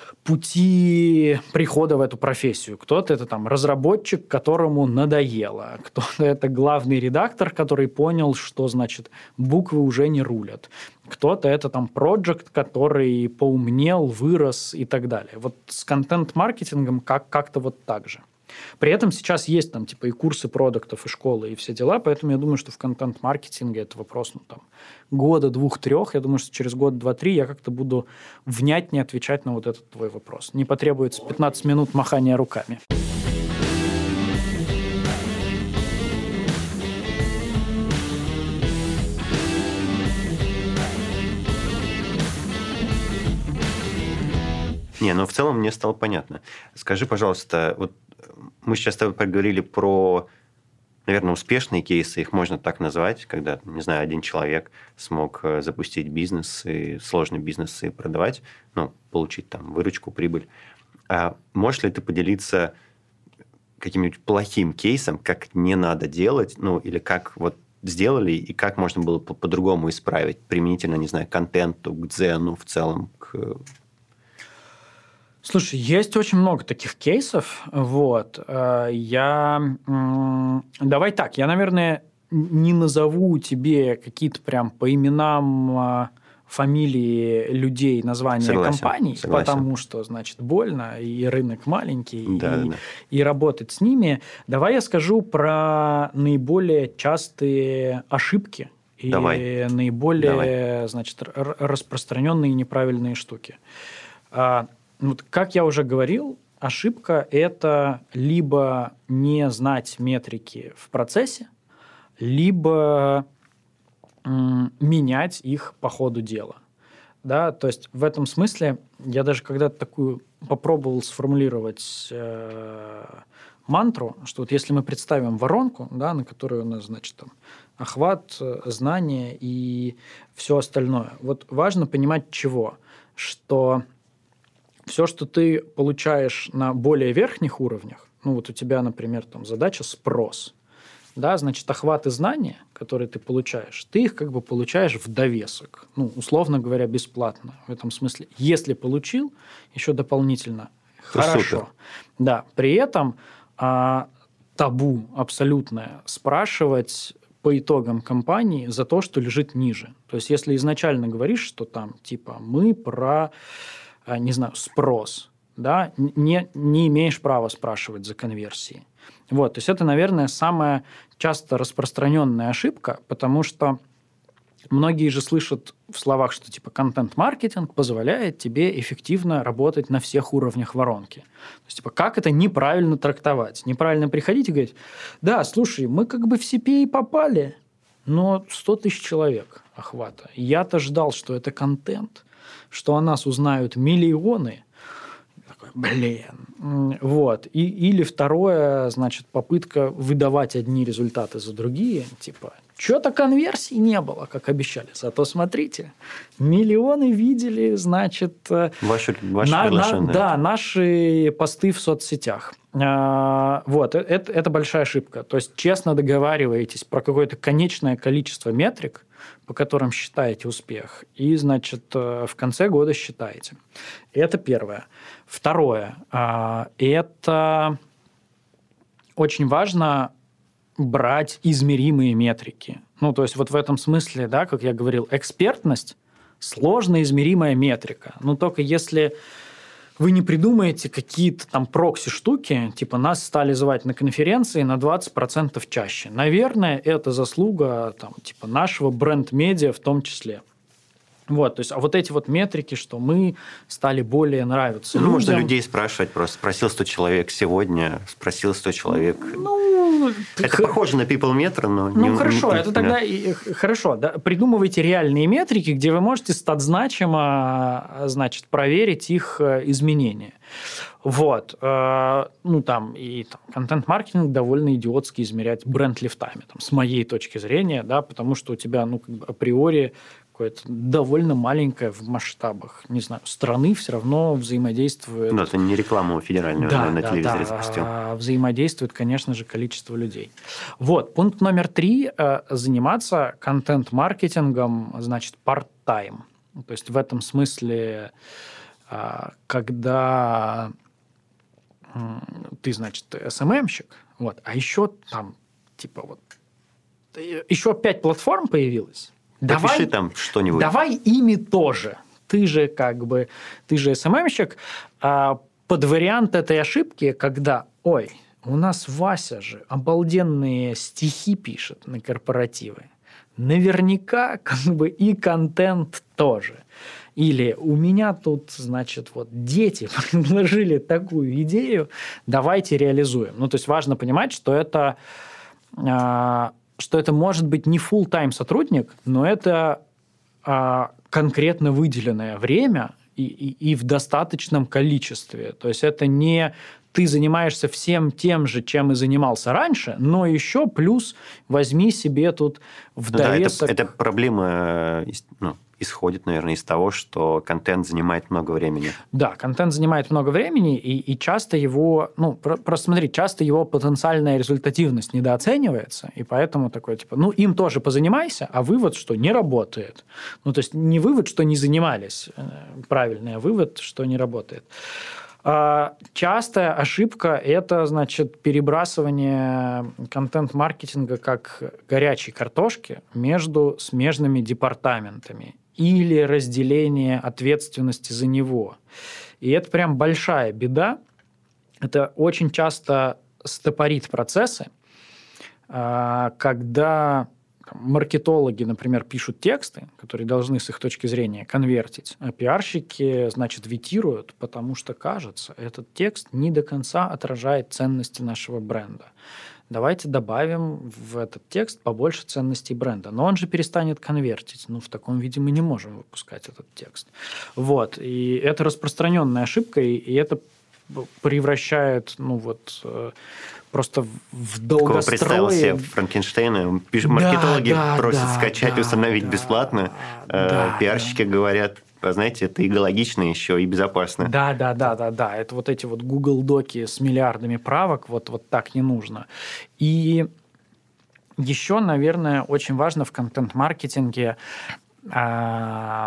пути прихода в эту профессию. Кто-то это там разработчик, которому надоело, кто-то это главный редактор, который понял, что, значит, буквы уже не рулят. Кто-то это там проджект, который поумнел, вырос и так далее. Вот с контент-маркетингом как- как-то вот так же. При этом сейчас есть там типа и курсы продуктов, и школы, и все дела, поэтому я думаю, что в контент-маркетинге это вопрос ну, там, года, двух-трех. Я думаю, что через год, два-три я как-то буду внятнее отвечать на вот этот твой вопрос. Не потребуется пятнадцать минут махания руками. Не, ну в целом мне стало понятно. Скажи, пожалуйста, вот мы сейчас с тобой поговорили про, наверное, успешные кейсы, их можно так назвать, когда, не знаю, один человек смог запустить бизнес, и сложный бизнес и продавать, ну, получить там выручку, прибыль. А можешь ли ты поделиться каким-нибудь плохим кейсом, как не надо делать, ну, или как вот сделали, и как можно было по-другому исправить, применительно, не знаю, к контенту, к дзену в целом, к... Слушай, есть очень много таких кейсов. Вот. Я... Давай так, я, наверное, не назову тебе какие-то прям по именам фамилии людей названия согласен, компаний, согласен. Потому что, значит, больно, и рынок маленький, да, и, да. и работать с ними. Давай я скажу про наиболее частые ошибки и Давай. наиболее, Давай. значит, распространенные неправильные штуки. Вот, как я уже говорил, ошибка – это либо не знать метрики в процессе, либо м, менять их по ходу дела. Да? То есть в этом смысле я даже когда-то такую попробовал сформулировать э, мантру, что вот если мы представим воронку, да, на которой у нас, значит, там, охват, знания и все остальное. Вот важно понимать чего? Что все, что ты получаешь на более верхних уровнях, ну вот у тебя, например, там задача спрос, да, значит, охват и знания, которые ты получаешь, ты их как бы получаешь в довесок, ну, условно говоря, бесплатно. В этом смысле, если получил, еще дополнительно То хорошо. супер. Да, при этом а, табу абсолютное спрашивать по итогам кампании за то, что лежит ниже. То есть, если изначально говоришь, что там, типа, мы про... не знаю, спрос. да, не, не имеешь права спрашивать за конверсии. Вот, то есть это, наверное, самая часто распространенная ошибка, потому что многие же слышат в словах, что типа контент-маркетинг позволяет тебе эффективно работать на всех уровнях воронки. То есть, типа, как это неправильно трактовать? Неправильно приходить и говорить, да, слушай, мы как бы в си пи эй попали, но сто тысяч человек охвата. Я-то ждал, что это контент, что о нас узнают миллионы. Такой, блин. Вот. И, или второе, значит, попытка выдавать одни результаты за другие. Типа, что-то конверсий не было, как обещали. Зато смотрите, миллионы видели, значит... Ваши, ваши на, приглашения. На, да, наши посты в соцсетях. А, вот, это, это большая ошибка. То есть, честно договариваетесь про какое-то конечное количество метрик, по которым считаете успех, и, значит, в конце года считаете. Это первое. Второе. Это очень важно брать измеримые метрики. Ну, то есть, вот в этом смысле, да, как я говорил, экспертность – сложно измеримая метрика. Но только если вы не придумаете какие-то там прокси-штуки, типа нас стали звать на конференции на двадцать процентов чаще. Наверное, это заслуга там, типа нашего бренд-медиа в том числе. Вот, то есть, а вот эти вот метрики, что мы стали более нравиться ну, людям. Можно людей спрашивать просто. Спросил сто человек сегодня, спросил сто человек. Ну, это х... похоже на people-метр, но... Ну, не, хорошо, не, это тогда... И, хорошо, да, придумывайте реальные метрики, где вы можете статзначимо, значит, проверить их изменения. Вот. Ну, там, и там, контент-маркетинг довольно идиотски измерять бренд-лифтами, там, с моей точки зрения, да, потому что у тебя, ну, как бы априори какое-то довольно маленькое в масштабах, не знаю, страны все равно взаимодействует... Ну, это не реклама федеральную да, на да, телевизоре да, запустил. Взаимодействует, конечно же, количество людей. Вот, пункт номер три – заниматься контент-маркетингом, значит, part-time. То есть, в этом смысле, когда ты, значит, эс эм эм-щик, вот, а еще там, типа, вот, еще пять платформ появилось. Напиши Давай, там что-нибудь. Давай ими тоже. Ты же как бы, ты же эс эм эм-щик, а под вариант этой ошибки, когда, ой, у нас Вася же обалденные стихи пишет на корпоративы. Наверняка как бы и контент тоже. Или у меня тут, значит, вот дети предложили такую идею, давайте реализуем. Ну, то есть важно понимать, что это... что это может быть не full-time сотрудник, но это а, конкретно выделенное время и, и, и в достаточном количестве. То есть это не ты занимаешься всем тем же, чем и занимался раньше, но еще плюс возьми себе тут в довесок... Да, это, это проблема... Ну, исходит, наверное, из того, что контент занимает много времени. Да, контент занимает много времени, и, и часто его, ну, про, просто смотри, часто его потенциальная результативность недооценивается, и поэтому такой, типа, ну, им тоже позанимайся, а вывод, что не работает. Ну, то есть не вывод, что не занимались, правильный, а вывод, что не работает. Частая ошибка – это, значит, перебрасывание контент-маркетинга как горячей картошки между смежными департаментами или разделение ответственности за него. И это прям большая беда. Это очень часто стопорит процессы, когда маркетологи, например, пишут тексты, которые должны с их точки зрения конвертить, а пиарщики, значит, ветируют, потому что, кажется, этот текст не до конца отражает ценности нашего бренда. Давайте добавим в этот текст побольше ценностей бренда. Но он же перестанет конвертить. Ну, в таком виде мы не можем выпускать этот текст. Вот. И это распространенная ошибка, и это превращает, ну, вот... просто в долгострое... Такого представил себе Франкенштейна. Маркетологи да, просят да, скачать да, и установить да, бесплатно. Да, Пиарщики да. говорят, знаете, это экологично еще и безопасно. Да, да, да, да, да. Это вот эти вот Google доки с миллиардами правок, вот, вот так не нужно. И еще, наверное, очень важно в контент-маркетинге а,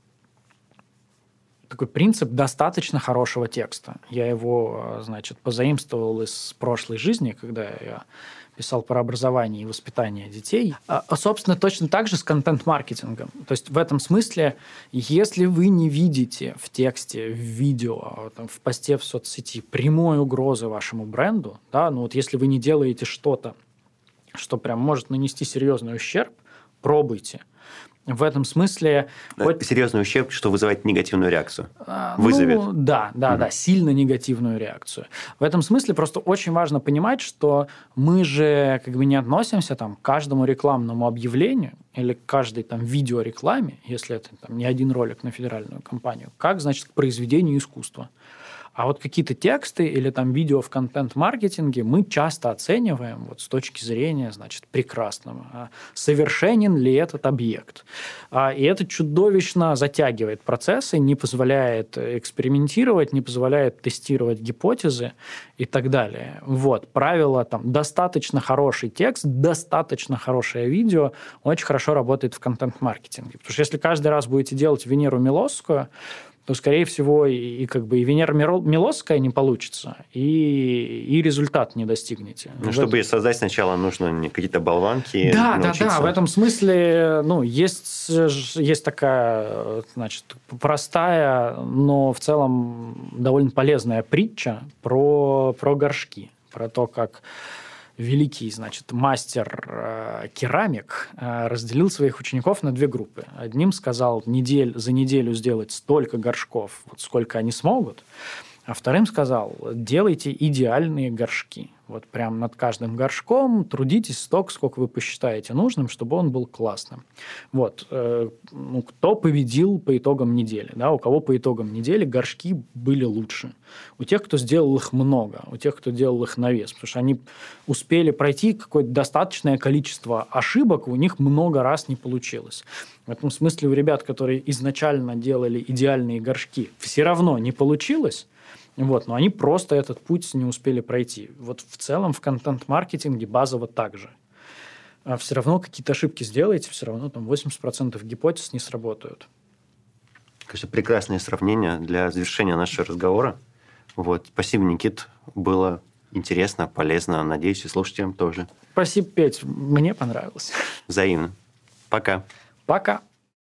такой принцип достаточно хорошего текста. Я его, значит, позаимствовал из прошлой жизни, когда я писал про образование и воспитание детей. А, собственно, точно так же с контент-маркетингом. То есть в этом смысле, если вы не видите в тексте, в видео, там, в посте в соцсети прямой угрозы вашему бренду, да, ну вот если вы не делаете что-то, что прям может нанести серьезный ущерб, пробуйте. В этом смысле... Вот... Серьезный ущерб, что вызывает негативную реакцию. Вызовет. Ну, да, да, угу. да, сильно негативную реакцию. В этом смысле просто очень важно понимать, что мы же как бы не относимся там, к каждому рекламному объявлению или к каждой там, видеорекламе, если это там, не один ролик на федеральную кампанию, как, значит, к произведению искусства. А вот какие-то тексты или там видео в контент-маркетинге мы часто оцениваем вот с точки зрения, значит, прекрасного. А совершенен ли этот объект? А, и это чудовищно затягивает процессы, не позволяет экспериментировать, не позволяет тестировать гипотезы и так далее. Вот. Правило там достаточно хороший текст, достаточно хорошее видео очень хорошо работает в контент-маркетинге. Потому что если каждый раз будете делать Венеру Милосскую, то, скорее всего, и, и, как бы, и Венера Милосская не получится, и, и результат не достигнете. Ну, чтобы ее создать, сначала нужно какие-то болванки Да, научиться. да, да. В этом смысле ну, есть, есть такая, значит, простая, но в целом довольно полезная притча про, про горшки, про то, как великий, значит, мастер-керамик разделил своих учеников на две группы. Одним сказал недель, за неделю сделать столько горшков, вот сколько они смогут, а вторым сказал, делайте идеальные горшки. Вот прям над каждым горшком трудитесь столько, сколько вы посчитаете нужным, чтобы он был классным. Вот. Ну, кто победил по итогам недели? Да? У кого по итогам недели горшки были лучше? У тех, кто сделал их много, у тех, кто делал их на вес. Потому что они успели пройти какое-то достаточное количество ошибок, у них много раз не получилось. В этом смысле у ребят, которые изначально делали идеальные горшки, все равно не получилось. Вот, но они просто этот путь не успели пройти. Вот в целом в контент-маркетинге базово так же. А все равно какие-то ошибки сделаете, все равно там восемьдесят процентов гипотез не сработают. Конечно, прекрасное сравнение для завершения нашего разговора. Вот. Спасибо, Никит. Было интересно, полезно. Надеюсь, и слушателям тоже. Спасибо, Петь. Мне понравилось. Взаимно. Пока. Пока.